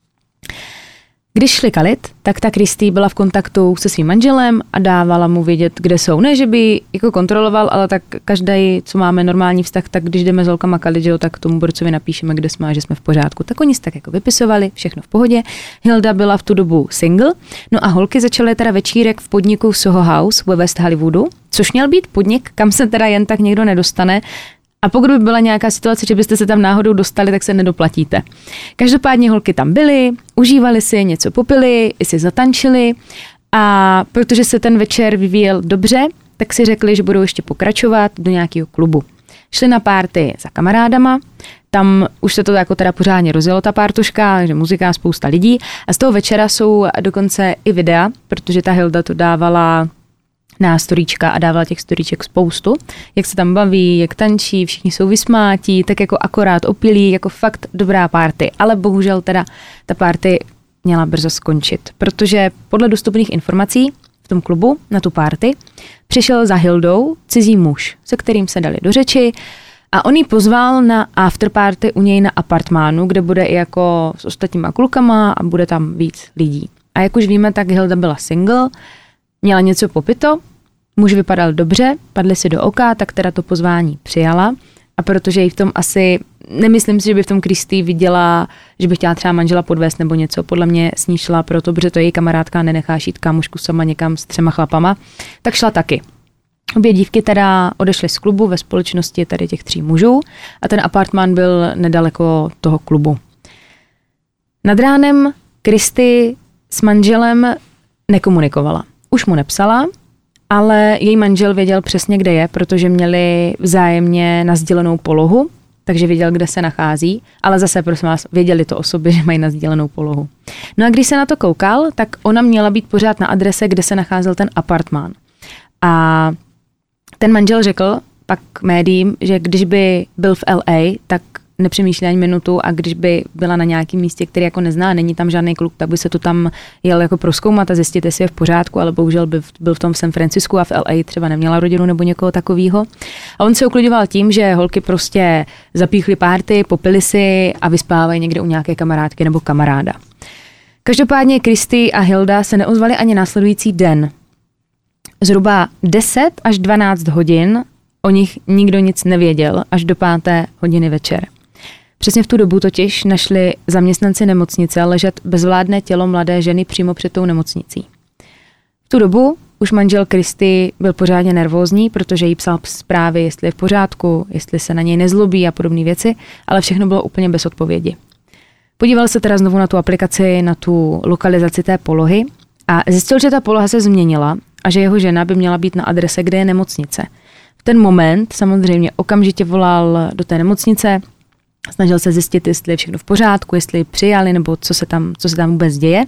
Když šli kalit, tak ta Kristy byla v kontaktu se svým manželem a dávala mu vědět, kde jsou. Ne, že by jako kontroloval, ale tak každý, co máme normální vztah, tak když jdeme s holkama kalit, jo, tak tomu borcovi napíšeme, kde jsme a že jsme v pořádku. Tak oni se tak jako vypisovali, všechno v pohodě. Hilda byla v tu dobu single, no a holky začaly teda večírek v podniku Soho House ve West Hollywoodu, což měl být podnik, kam se teda jen tak někdo nedostane. A pokud by byla nějaká situace, že byste se tam náhodou dostali, tak se nedoplatíte. Každopádně holky tam byly, užívali si, něco popili, i si zatančili a protože se ten večer vyvíjel dobře, tak si řekli, že budou ještě pokračovat do nějakého klubu. Šli na párty za kamarádama, tam už se to jako teda pořádně rozjelo ta pártuška, takže muzika, spousta lidí a z toho večera jsou dokonce i videa, protože ta Hilda to dávala na storíčka a dávala těch storíček spoustu, jak se tam baví, jak tančí, všichni jsou vysmátí, tak jako akorát opilí, jako fakt dobrá party, ale bohužel teda ta party měla brzo skončit, protože podle dostupných informací v tom klubu na tu party přišel za Hildou cizí muž, se kterým se dali do řeči a on ji pozval na afterparty u něj na apartmánu, kde bude i jako s ostatníma klukama a bude tam víc lidí. A jak už víme, tak Hilda byla single, měla něco popito, muž vypadal dobře, padli si do oka, tak teda to pozvání přijala a protože jí v tom asi, nemyslím si, že by v tom Kristy viděla, že by chtěla třeba manžela podvést nebo něco, podle mě s ní šla proto, protože to její kamarádka nenechá šít kámošku sama někam s třema chlapama, tak šla taky. Obě dívky teda odešly z klubu ve společnosti tady těch tří mužů a ten apartmán byl nedaleko toho klubu. Nad ránem Kristy s manželem nekomunikovala. Už mu nepsala, ale její manžel věděl přesně, kde je, protože měli vzájemně nasdílenou polohu, takže věděl, kde se nachází, ale zase, prosím vás, věděli to o sobě, že mají nasdílenou polohu. No a když se na to koukal, tak ona měla být pořád na adrese, kde se nacházel ten apartmán. A ten manžel řekl pak médiím, že když by byl v L A, tak nepřemýšlí ani minutu a když by byla na nějakém místě, který jako nezná, není tam žádný kluk, tak by se to tam jel jako prozkoumat a zjistit, jestli je v pořádku, ale bohužel by byl v tom San Francisku a v L A třeba neměla rodinu nebo někoho takového. A on se uklidoval tím, že holky prostě zapíchly párty, popili si a vyspávají někde u nějaké kamarádky nebo kamaráda. Každopádně Kristy a Hilda se neozvali ani následující den. Zhruba deset až dvanáct hodin o nich nikdo nic nevěděl až do páté hodiny večer. Přesně v tu dobu totiž našli zaměstnanci nemocnice ležet bezvládné tělo mladé ženy přímo před tou nemocnicí. V tu dobu už manžel Kristy byl pořádně nervózní, protože jí psal zprávy, jestli je v pořádku, jestli se na něj nezlobí a podobné věci, ale všechno bylo úplně bez odpovědi. Podíval se teda znovu na tu aplikaci, na tu lokalizaci té polohy a zjistil, že ta poloha se změnila a že jeho žena by měla být na adrese, kde je nemocnice. V ten moment samozřejmě okamžitě volal do té nemocnice, snažil se zjistit, jestli je všechno v pořádku, jestli přijali nebo co se tam, co se tam vůbec děje.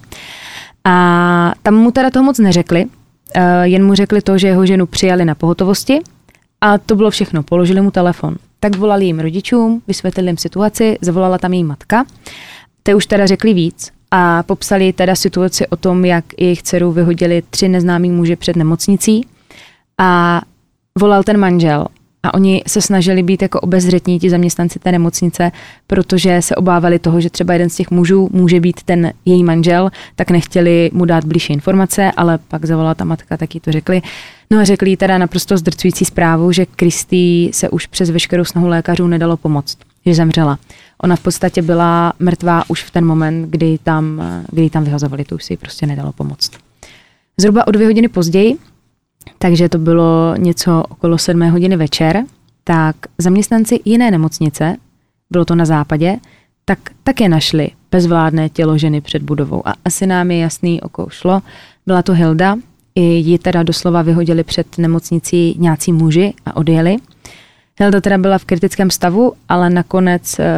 A tam mu teda toho moc neřekli, jen mu řekli to, že jeho ženu přijali na pohotovosti a to bylo všechno, položili mu telefon. Tak volali jim rodičům, vysvětlili jim situaci, zavolala tam její matka. Ty už teda řekli víc a popsali teda situaci o tom, jak jejich dceru vyhodili tři neznámí muži před nemocnicí a volal ten manžel. A oni se snažili být jako obezřetní, ti zaměstnanci té nemocnice, protože se obávali toho, že třeba jeden z těch mužů může být ten její manžel, tak nechtěli mu dát blížší informace, ale pak zavolala ta matka, tak jí to řekli. No a řekli jí teda naprosto zdrcující zprávu, že Kristy se už přes veškerou snahu lékařů nedalo pomoct, že zemřela. Ona v podstatě byla mrtvá už v ten moment, kdy tam, kdy tam vyhazovali, to už si jí prostě nedalo pomoct. Zhruba o dvě hodiny později, takže to bylo něco okolo sedmé hodiny večer, tak zaměstnanci jiné nemocnice, bylo to na západě, tak také našli bezvládné tělo ženy před budovou. A asi nám je jasný, o koho šlo. Byla to Hilda, i ji teda doslova vyhodili před nemocnicí nějací muži a odjeli. Hilda teda byla v kritickém stavu, ale nakonec e,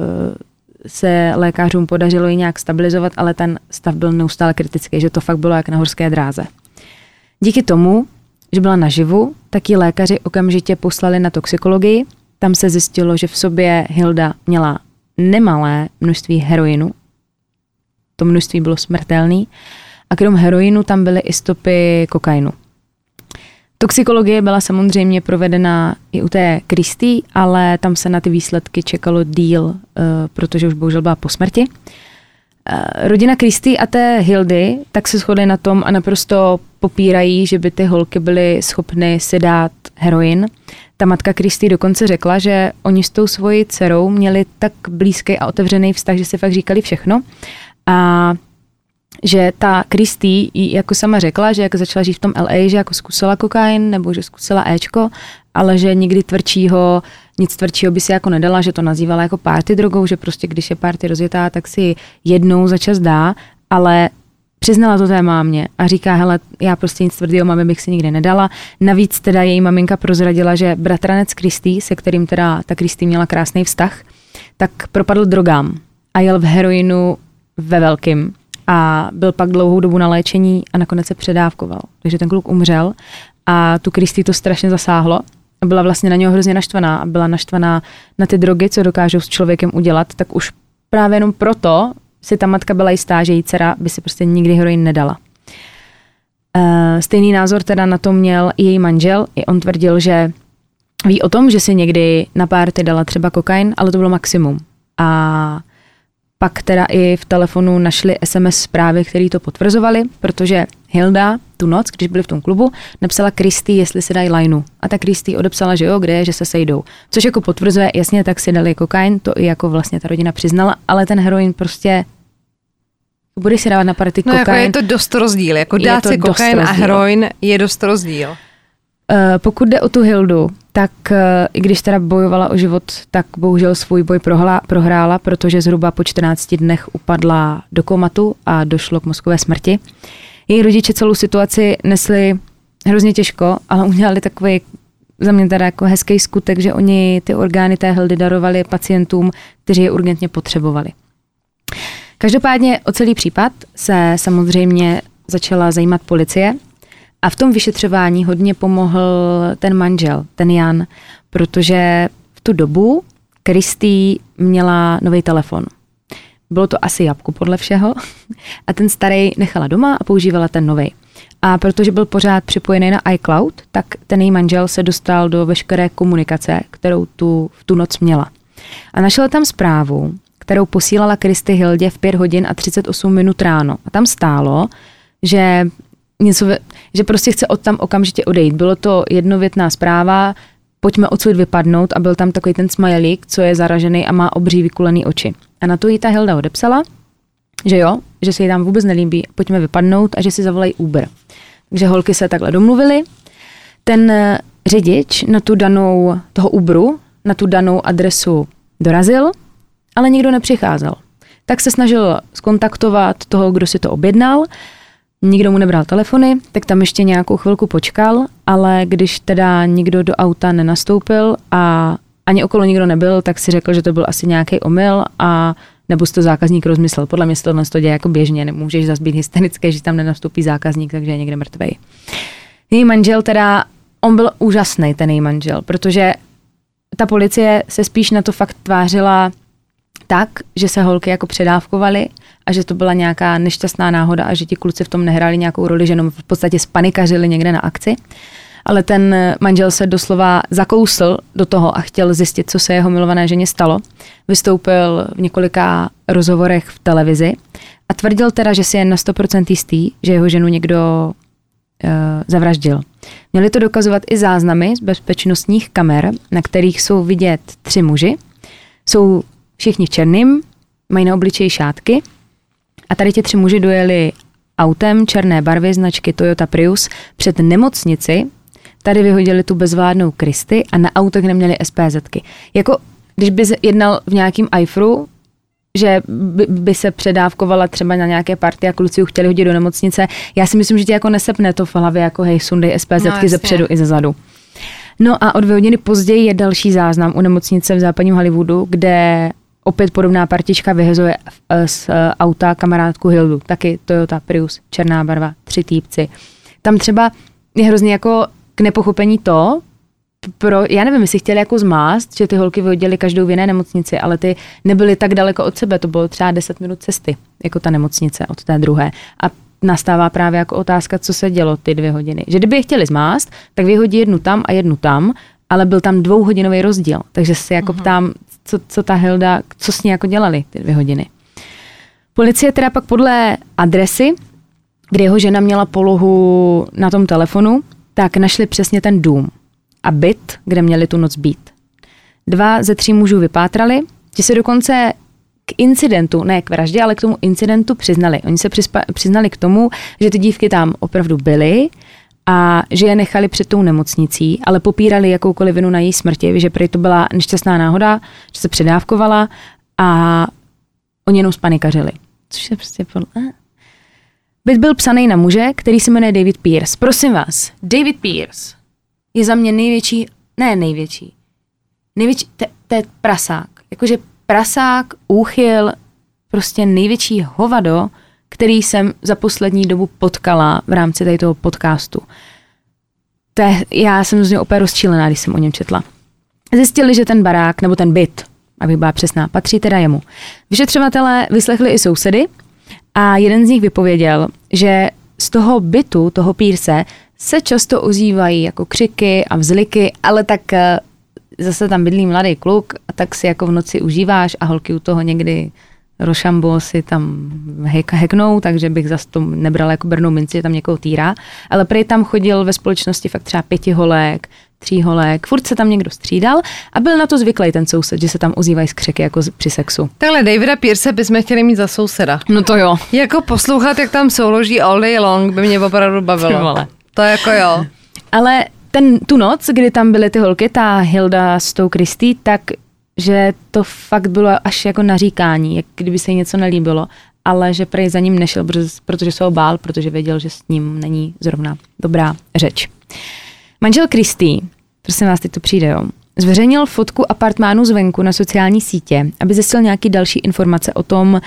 se lékařům podařilo ji nějak stabilizovat, ale ten stav byl neustále kritický, že to fakt bylo jak na horské dráze. Díky tomu, že byla naživu, tak ji lékaři okamžitě poslali na toxikologii. Tam se zjistilo, že v sobě Hilda měla nemalé množství heroinu. To množství bylo smrtelné. A krom heroinu tam byly i stopy kokainu. Toxikologie byla samozřejmě provedena i u té Kristy, ale tam se na ty výsledky čekalo díl, protože už bohužel byla po smrti. Rodina Kristy a té Hildy tak se shodly na tom a naprosto popírají, že by ty holky byly schopny si dát heroin. Ta matka Kristy dokonce řekla, že oni s tou svojí dcerou měli tak blízký a otevřený vztah, že si fakt říkali všechno. A že ta Kristy jako sama řekla, že jak začala žít v tom el ej, že jako zkusila kokain nebo že zkusila éčko, ale že nikdy tvrdšího, nic tvrdšího by si jako nedala, že to nazývala jako party drogou, že prostě když je party rozjetá, tak si jednou za čas dá, ale přiznala to té mámě a říká, hele, já prostě nic tvrdého mámě bych si nikdy nedala. Navíc teda její maminka prozradila, že bratranec Kristy, se kterým teda ta Kristy měla krásný vztah, tak propadl drogám a jel v heroinu ve velkým. A byl pak dlouhou dobu na léčení a nakonec se předávkoval. Takže ten kluk umřel a tu Kristy to strašně zasáhlo. A byla vlastně na něho hrozně naštvaná a byla naštvaná na ty drogy, co dokážou s člověkem udělat, tak už právě jenom proto si ta matka byla jistá, že její dcera by si prostě nikdy heroin nedala. E, stejný názor teda na to měl i její manžel. I on tvrdil, že ví o tom, že si někdy na párty dala třeba kokain, ale to bylo maximum. A pak teda i v telefonu našli es em es zprávy, které to potvrzovaly, protože Hilda tu noc, když byli v tom klubu, napsala Kristy, jestli si dají lajnu. A ta Kristy odepsala, že jo, kde je, že se sejdou. Což jako potvrzuje, jasně, tak si dali kokain, to i jako vlastně ta rodina přiznala, ale ten heroin prostě bude si dávat na party no kokain. No jako je to dost rozdíl, jako dát si kokain a heroin je dost rozdíl. Uh, pokud jde o tu Hildu, tak uh, i když teda bojovala o život, tak bohužel svůj boj prohla, prohrála, protože zhruba po čtrnácti dnech upadla do komatu a došlo k mozkové smrti. Její rodiče celou situaci nesli hrozně těžko, ale udělali takový za mě teda jako hezký skutek, že oni ty orgány té Hildy darovali pacientům, kteří je urgentně potřebovali. Každopádně o celý případ se samozřejmě začala zajímat policie, a v tom vyšetřování hodně pomohl ten manžel, ten Jan, protože v tu dobu Kristy měla nový telefon. Bylo to asi jabku podle všeho a ten starý nechala doma a používala ten novej. A protože byl pořád připojený na iCloud, tak ten její manžel se dostal do veškeré komunikace, kterou tu v tu noc měla. A našel tam zprávu, kterou posílala Kristy Hildě v pět hodin a třicet osm minut ráno. A tam stálo, že něco, že prostě chce od tam okamžitě odejít. Bylo to jednovětná zpráva, pojďme odsud vypadnout a byl tam takový ten smajlík, co je zaražený a má obří vykulený oči. A na to jí ta Hilda odepsala, že jo, že se jí tam vůbec nelíbí, pojďme vypadnout a že si zavolají Uber. že holky se takhle domluvily. Ten řidič na tu danou, toho Uberu, na tu danou adresu dorazil, ale nikdo nepřicházel. Tak se snažil zkontaktovat toho, kdo si to objednal, nikdo mu nebral telefony, tak tam ještě nějakou chvilku počkal, ale když teda nikdo do auta nenastoupil a ani okolo nikdo nebyl, tak si řekl, že to byl asi nějaký omyl a nebo si to zákazník rozmyslel. Podle mě se tohle to děje jako běžně, nemůžeš zas být hysterický, že tam nenastoupí zákazník, takže je někde mrtvej. Její manžel teda, on byl úžasný, ten její manžel, protože ta policie se spíš na to fakt tvářila tak, že se holky jako předávkovaly a že to byla nějaká nešťastná náhoda a že ti kluci v tom nehráli nějakou roli, že jenom v podstatě spanikařili někde na akci. Ale ten manžel se doslova zakousl do toho a chtěl zjistit, co se jeho milované ženě stalo. Vystoupil v několika rozhovorech v televizi a tvrdil teda, že si je na sto procent jistý, že jeho ženu někdo uh, zavraždil. Měli to dokazovat i záznamy z bezpečnostních kamer, na kterých jsou vidět tři muži. Jsou všichni v černým, mají na obličeji šátky a tady ti tři muži dojeli autem černé barvy značky Toyota Prius před nemocnici. Tady vyhodili tu bezvládnou Kristy a na autech neměli SPZky. Jako když by jednal v nějakým ajfru, že by, by se předávkovala třeba na nějaké party a kluci ju chtěli hodit do nemocnice, já si myslím, že tě jako nesepne to v hlavě, jako hej, sundej SPZky no, ze předu i ze zadu. No a o dvě hodiny později je další záznam u nemocnice v západním Hollywoodu, kde opět podobná partička vyhazuje z auta kamarádku Hildu, taky Toyota Prius, černá barva, tři týpci. Tam třeba je hrozně jako k nepochopení to, pro, já nevím, jestli chtěli jako zmást, že ty holky vyhodili každou v jiné nemocnici, ale ty nebyly tak daleko od sebe, to bylo třeba deset minut cesty, jako ta nemocnice od té druhé. A nastává právě jako otázka, co se dělo ty dvě hodiny. Že kdyby je chtěli zmást, tak vyhodí jednu tam a jednu tam, ale byl tam dvouhodinový rozdíl. Takže se jako uh-huh. ptám, co, co ta Hilda, co s ní jako dělali ty dvě hodiny. Policie teda pak podle adresy, kde jeho žena měla polohu na tom telefonu, tak našli přesně ten dům a byt, kde měli tu noc být. Dva ze tří mužů vypátrali, ti se dokonce k incidentu, ne k vraždě, ale k tomu incidentu přiznali. Oni se přispa- přiznali k tomu, že ty dívky tam opravdu byly a že je nechali před tou nemocnicí, ale popírali jakoukoliv vinu na její smrti, že prý to byla nešťastná náhoda, že se předávkovala a oni jenom spanikařili. Což je prostě podle... Byt byl psaný na muže, který se jmenuje David Pierce. Prosím vás, David Pierce je za mě největší, ne největší, největší, to je prasák. Jakože prasák, úchyl, prostě největší hovado, který jsem za poslední dobu potkala v rámci tady toho podcastu. Te, já jsem z něj opět rozčílená, když jsem o něm četla. Zjistili, že ten barák, nebo ten byt, abych byla přesná, patří teda jemu. Vyšetřovatelé vyslechli i sousedy a jeden z nich vypověděl, že z toho bytu, toho Pierce, se často ozývají jako křiky a vzliky, ale tak zase tam bydlí mladý kluk a tak si jako v noci užíváš a holky u toho někdy rošambo si tam heknou, takže bych zase to nebrala jako brnou minci, že tam někoho týrá, ale prej tam chodil ve společnosti fakt třeba pěti holek, tří holek, furt se tam někdo střídal a byl na to zvyklý ten soused, že se tam ozývají skřeky jako při sexu. Takhle Davida Pierce bychom chtěli mít za souseda. No to jo. Jako poslouchat, jak tam souloží all day long, by mě opravdu bavilo. To jako jo. Ale ten, tu noc, kdy tam byly ty holky, ta Hilda s tou Kristý, tak že to fakt bylo až jako naříkání, jak kdyby se jí něco nelíbilo, ale že prej za ním nešel, protože se ho bál, protože věděl, že s ním není zrovna dobrá řeč. Manžel Kristý, prosím vás, teď to přijde, jo, zveřejnil fotku apartmánu zvenku na sociální sítě, aby zjistil nějaký další informace o tom, uh,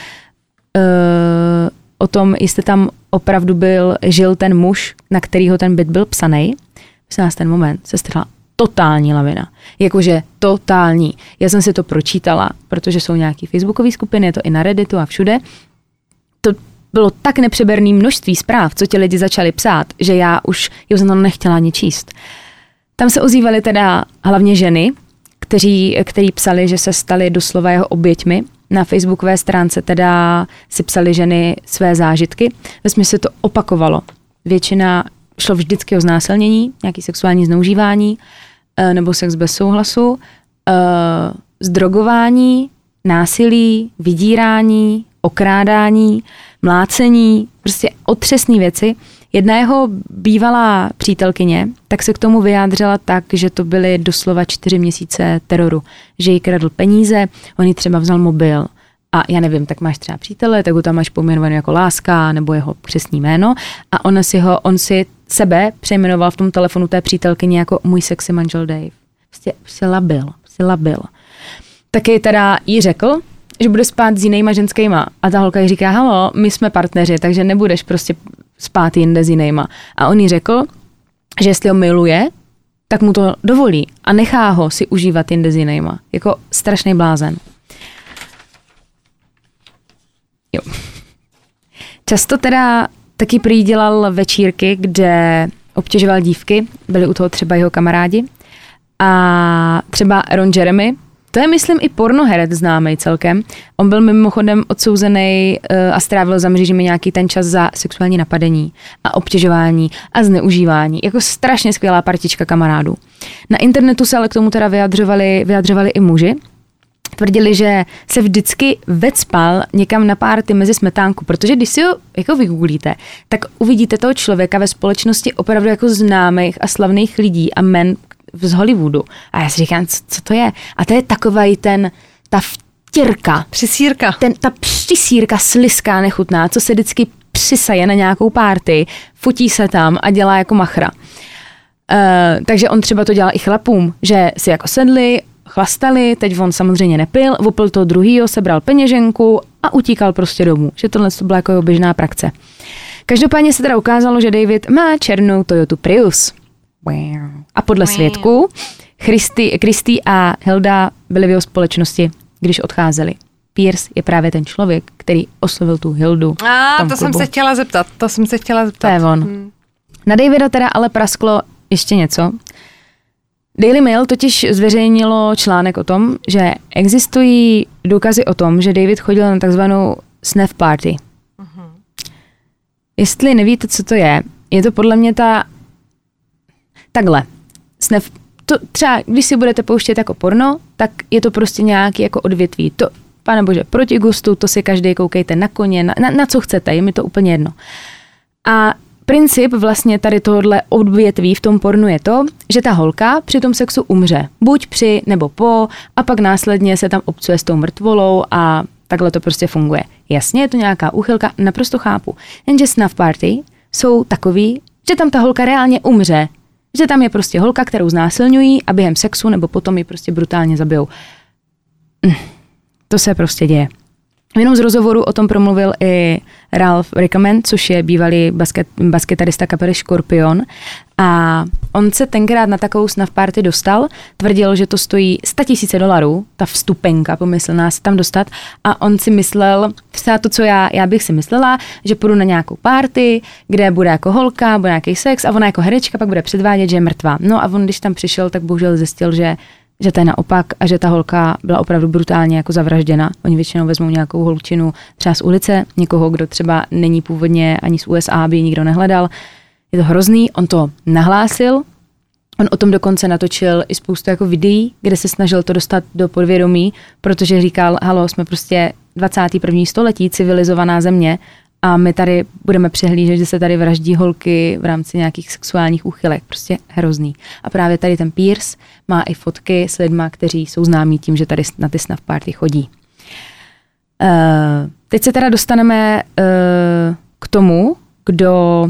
o tom, jestli tam opravdu byl, žil ten muž, na kterýho ten byt byl psanej. Prosím vás, ten moment se stala totální lavina. Jakože totální. Já jsem si to pročítala, protože jsou nějaký facebookové skupiny, je to i na Redditu a všude. To bylo tak nepřeberné množství zpráv, co ti lidi začali psát, že já už já jsem to nechtěla ani číst. Tam se ozývaly teda hlavně ženy, kteří, který psali, že se staly doslova jeho oběťmi. Na facebookové stránce teda si psali ženy své zážitky. Vesmě se to opakovalo. Většina šlo vždycky o znásilnění, nějaký sexuální zneužívání, nebo sex bez souhlasu, zdrogování, násilí, vydírání, okrádání, mlácení, prostě otřesné věci. Jedna jeho bývalá přítelkyně tak se k tomu vyjádřila tak, že to byly doslova čtyři měsíce teroru. Že jí kradl peníze, on jí třeba vzal mobil a já nevím, tak máš třeba přítele, tak ho tam máš pojmenovaný jako Láska nebo jeho křestní jméno a on si, ho, on si sebe přejmenoval v tom telefonu té přítelkyně jako můj sexy manžel Dave. Prostě, prostě labil, prostě labil. Taky teda jí řekl, že bude spát s jinýma ženskýma. A ta holka jí říká, halo, my jsme partneři, takže nebudeš prostě spát jinde s jinýma. A on jí řekl, že jestli ho miluje, tak mu to dovolí a nechá ho si užívat jinde s jinýma. Jako strašný blázen. Jo. Často teda taky prý dělal večírky, kde obtěžoval dívky, byli u toho třeba jeho kamarádi. A třeba Ron Jeremy, to je, myslím, i pornoherec známý celkem. On byl mimochodem odsouzený uh, a strávil za mřížemi nějaký ten čas za sexuální napadení a obtěžování a zneužívání. Jako strašně skvělá partička kamarádů. Na internetu se ale k tomu teda vyjadřovali, vyjadřovali i muži. Tvrdili, že se vždycky vecpal někam na párty mezi smetánku, protože když si ho jako vygooglíte, tak uvidíte toho člověka ve společnosti opravdu jako známých a slavných lidí a men z Hollywoodu. A já si říkám, co, co to je? A to je takovej ten, ta vtěrka. Přisírka. Ten, ta přisírka sliská, nechutná, co se vždycky přisaje na nějakou párty, fotí se tam a dělá jako machra. Uh, takže on třeba to dělal i chlapům, že si jako sedli, chlastali, teď on samozřejmě nepil, opil toho druhýho, sebral peněženku a utíkal prostě domů. Že tohle to byla jako běžná praxe. Každopádně se teda ukázalo, že David má černou Toyota Prius. A podle svědků Christy, Christy a Hilda byly v jeho společnosti, když odcházeli. Pierce je právě ten člověk, který oslovil tu Hildu. A to klubu. jsem se chtěla zeptat, to jsem se chtěla zeptat. To je on. Hmm. Na Davida teda ale prasklo ještě něco. Daily Mail totiž zveřejnilo článek o tom, že existují důkazy o tom, že David chodil na takzvanou snuff party. Uh-huh. Jestli nevíte, co to je, je to podle mě ta takhle. Snuff, to třeba, když si budete pouštět jako porno, tak je to prostě nějaký jako odvětví. To, pane bože, proti gustu, to si každý koukejte na koně, na, na, na co chcete, je mi to úplně jedno. A princip vlastně tady tohohle odvětví v tom pornu je to, že ta holka při tom sexu umře. Buď při nebo po a pak následně se tam obcuje s tou mrtvolou a takhle to prostě funguje. Jasně, je to nějaká úchylka, naprosto chápu. Jenže snuff party jsou takový, že tam ta holka reálně umře. Že tam je prostě holka, kterou znásilňují a během sexu nebo potom ji prostě brutálně zabijou. To se prostě děje. Jenom z rozhovoru o tom promluvil i Ralph Rickman, což je bývalý basket, basketarista kapely Scorpion. A on se tenkrát na takovou snuff party dostal, tvrdil, že to stojí sto tisíc dolarů, ta vstupenka pomyslná se tam dostat. A on si myslel, třeba to, co já, já bych si myslela, že půjdu na nějakou party, kde bude jako holka, bude nějaký sex a ona jako herečka pak bude předvádět, že je mrtvá. No a on, když tam přišel, tak bohužel zjistil, že že to je naopak a že ta holka byla opravdu brutálně jako zavražděna. Oni většinou vezmou nějakou holčinu třeba z ulice, někoho, kdo třeba není původně ani z U S A, aby ji nikdo nehledal. Je to hrozný, on to nahlásil, on o tom dokonce natočil i spoustu jako videí, kde se snažil to dostat do podvědomí, protože říkal, halo, jsme prostě dvacátého prvního století, civilizovaná země, a my tady budeme přehlížet, že se tady vraždí holky v rámci nějakých sexuálních úchylek. Prostě hrozný. A právě tady ten Pierce má i fotky s lidma, kteří jsou známí tím, že tady na ty snuff party chodí. Uh, teď se teda dostaneme uh, k tomu, kdo,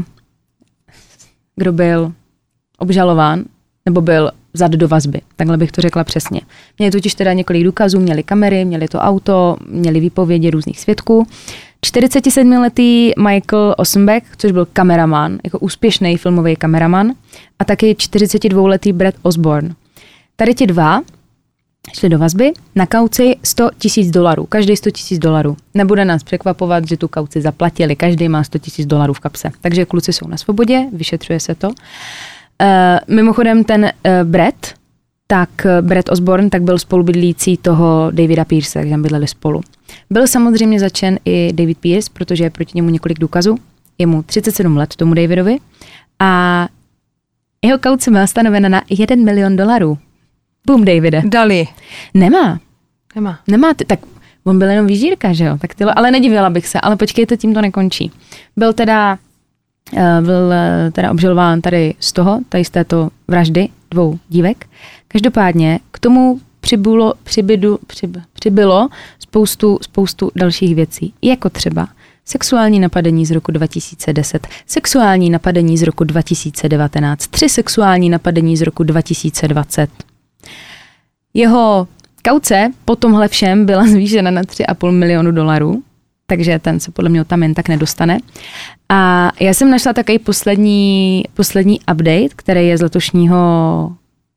kdo byl obžalován nebo byl vzat do vazby. Takhle bych to řekla přesně. Měli totiž teda několik důkazů, měli kamery, měli to auto, měli výpovědi různých svědků. čtyřicetisedmiletý Michael Ossenbeck, což byl kameraman, jako úspěšný filmový kameraman, a taky čtyřicetidvouletý Brad Osborne. Tady ti dva šli do vazby na kauci sto tisíc dolarů, každý sto tisíc dolarů. Nebude nás překvapovat, že tu kauci zaplatili, každý má sto tisíc dolarů v kapse. Takže kluci jsou na svobodě, vyšetřuje se to. Uh, mimochodem ten uh, Brad, tak Brad Osborne, tak byl spolubydlící toho Davida Pierce, takže tam bydleli spolu. Byl samozřejmě začen i David Pierce, protože je proti němu několik důkazů. Je mu třicet sedm let, tomu Davidovi, a jeho kauce byla stanovena na jeden milion dolarů. Boom, Davide. Dali. Nemá. Nemá. Nemá, ty, tak on byl jenom výžírka, že jo? Tak tyhle, ale nedivila bych se, ale počkejte, tím to nekončí. Byl teda byl teda obžalován tady z toho, tady z této vraždy dvou dívek. Každopádně k tomu přibylo, přibydu, přib, přibylo spoustu, spoustu dalších věcí, jako třeba sexuální napadení z roku dva tisíce deset, sexuální napadení z roku dva tisíce devatenáct, tři sexuální napadení z roku dva tisíce dvacet. Jeho kauce po tomhle všem byla zvýšena na tři a půl milionu dolarů, takže ten se podle mě tam jen tak nedostane. A já jsem našla takový poslední, poslední update, který je z letošního,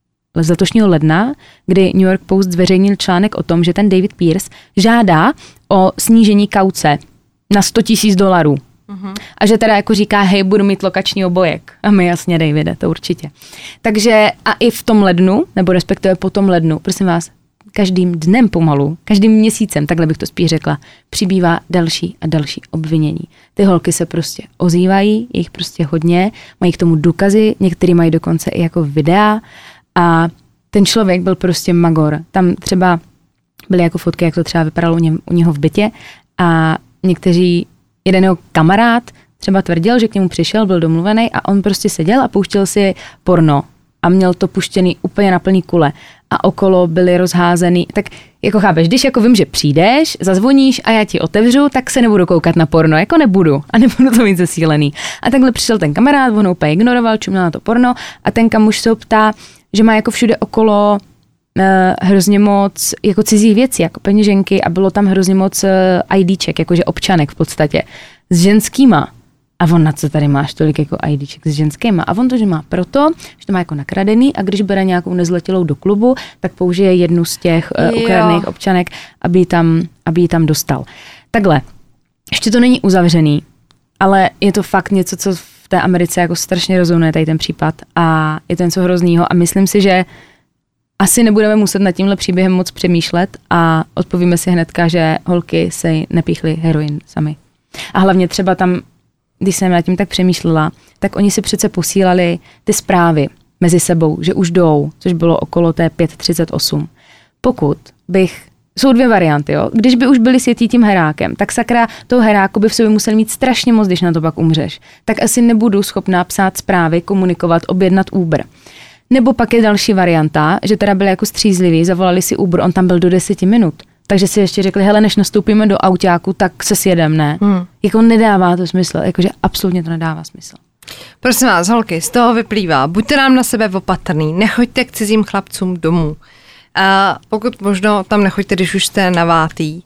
z letošního ledna, kdy New York Post zveřejnil článek o tom, že ten David Pierce žádá o snížení kauce na sto tisíc dolarů. Uh-huh. A že teda jako říká, hej, budu mít lokační obojek. A my jasně, Davide, to určitě. Takže a i v tom lednu, nebo respektive po tom lednu, prosím vás, každým dnem pomalu, každým měsícem, takhle bych to spíš řekla, přibývá další a další obvinění. Ty holky se prostě ozývají, je jich prostě hodně, mají k tomu důkazy, některý mají dokonce i jako videa a ten člověk byl prostě magor. Tam třeba byly jako fotky, jak to třeba vypadalo u, ně, u něho v bytě a někteří, jeden jeho kamarád třeba tvrdil, že k němu přišel, byl domluvený a on prostě seděl a pouštěl si porno a měl to puštěný úplně na plný kule a okolo byly rozházený, tak jako chápeš, když jako vím, že přijdeš, zazvoníš a já ti otevřu, tak se nebudu koukat na porno, jako nebudu a nebudu to mít zesílený. A takhle přišel ten kamarád, on ho úplně ignoroval, čuměl na to porno a ten kamuž se ho ptá, že má jako všude okolo uh, hrozně moc jako cizí věcí, jako peněženky a bylo tam hrozně moc uh, IDček, jakože občanek v podstatě, s ženskýma. A on, na co tady máš tolik jako IDček s ženskýma? A on to, že má proto, že to má jako nakradený a když bere nějakou nezletilou do klubu, tak použije jednu z těch uh, ukradených občanek, aby ji tam, aby ji tam dostal. Takhle, ještě to není uzavřený, ale je to fakt něco, co v té Americe jako strašně rozumné tady ten případ a je to něco hroznýho a myslím si, že asi nebudeme muset nad tímhle příběhem moc přemýšlet a odpovíme si hnedka, že holky se nepíchly heroin sami. A hlavně třeba tam, když jsem nad tím tak přemýšlela, tak oni si přece posílali ty zprávy mezi sebou, že už jdou, což bylo okolo té pět třicet osm. Pokud bych, jsou dvě varianty, jo. Když by už byli světí tím herákem, tak sakra toho heráku by v sobě musel mít strašně moc, když na to pak umřeš. Tak asi nebudu schopná psát zprávy, komunikovat, objednat Uber. Nebo pak je další varianta, že teda byli jako střízliví, zavolali si Uber, on tam byl do deseti minut. Takže si ještě řekli, hele, než nastoupíme do autáku, tak se sjedem, ne? Hmm. Jako nedává to smysl, jakože absolutně to nedává smysl. Prosím vás, holky, z toho vyplývá, buďte nám na sebe opatrný, nechoďte k cizím chlapcům domů. A pokud možno tam nechoďte, když už jste navátý.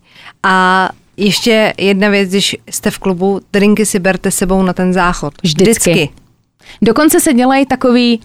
A ještě jedna věc, když jste v klubu, drinky si berte sebou na ten záchod. Vždycky. Vždycky. Dokonce se dělají takový...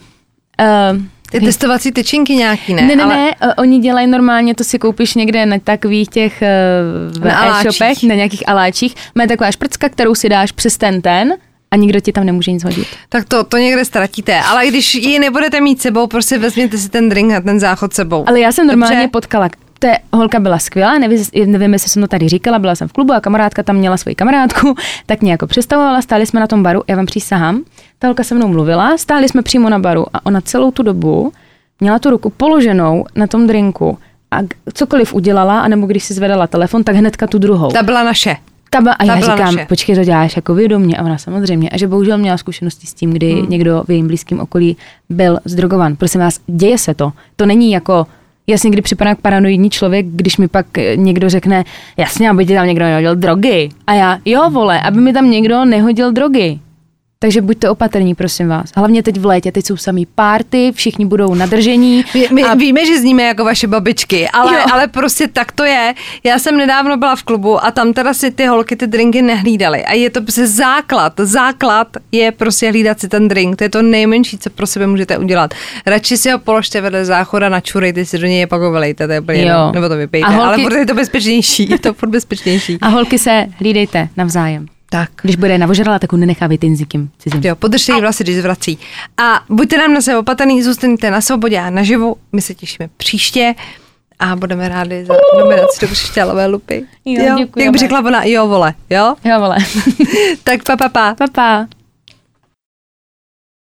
Uh, Ty testovací tyčinky nějaký, ne? Ne, ne, ale... ne, oni dělají normálně, to si koupíš někde na takových těch uh, na e-shopech, na nějakých aláčích. Má taková šprcka, kterou si dáš přes ten ten a nikdo ti tam nemůže nic hodit. Tak to, to někde ztratíte, ale když ji nebudete mít sebou, prostě vezměte si ten drink na ten záchod sebou. Ale já jsem normálně Dobře. potkala, ta holka byla skvělá, nevím, nevím, jestli jsem to tady říkala, byla jsem v klubu a kamarádka tam měla svoji kamarádku, tak mě jako představovala, stáli jsme na tom baru, já vám přísahám, ta holka se mnou mluvila, stáli jsme přímo na baru a ona celou tu dobu měla tu ruku položenou na tom drinku a cokoliv udělala, anebo když si zvedala telefon, tak hnedka tu druhou. Ta byla naše. Ta byla, a Ta já byla říkám, naše. počkej, to děláš jako vědomě a ona samozřejmě. A že bohužel měla zkušenosti s tím, kdy hmm. někdo v jejím blízkém okolí byl zdrogovan. Prosím vás, děje se to. To není jako, jasně, kdy připadá jak paranoidní člověk, když mi pak někdo řekne, jasně, aby ti tam někdo nehodil drogy. A já, jo vole, aby mi tam někdo nehodil drogy. Takže buďte opatrní, prosím vás. Hlavně teď v létě, teď jsou samý párty, všichni budou nadržení. My, my a... víme, že zníme jako vaše babičky, ale, ale prostě tak to je. Já jsem nedávno byla v klubu a tam teda si ty holky ty drinky nehlídaly. A je to prostě základ. Základ je prostě hlídat si ten drink. To je to nejmenší, co pro sebe můžete udělat. Radši si ho položte vedle záchoda, načurejte si do něj, pak ho vylejte, to je úplně jedno, nebo to vypijte. Holky... Ale protože je to bezpečnější. Je to furt bezpečnější. A holky se hlídejte navzájem. Tak. Když bude navožrala, tak ho nenechávejte jen s nikým cizím. Jo, podržte jí vlasy, když zvrací. A buďte nám na sebe opatrný, zůstaňte na svobodě a naživu. My se těšíme příště a budeme rádi za nominaci do křišťálové lupy. Jo, děkujeme. Jak by řekla ona, jo vole, jo? Jo vole. Tak pa, pa, pa. Pa, pa.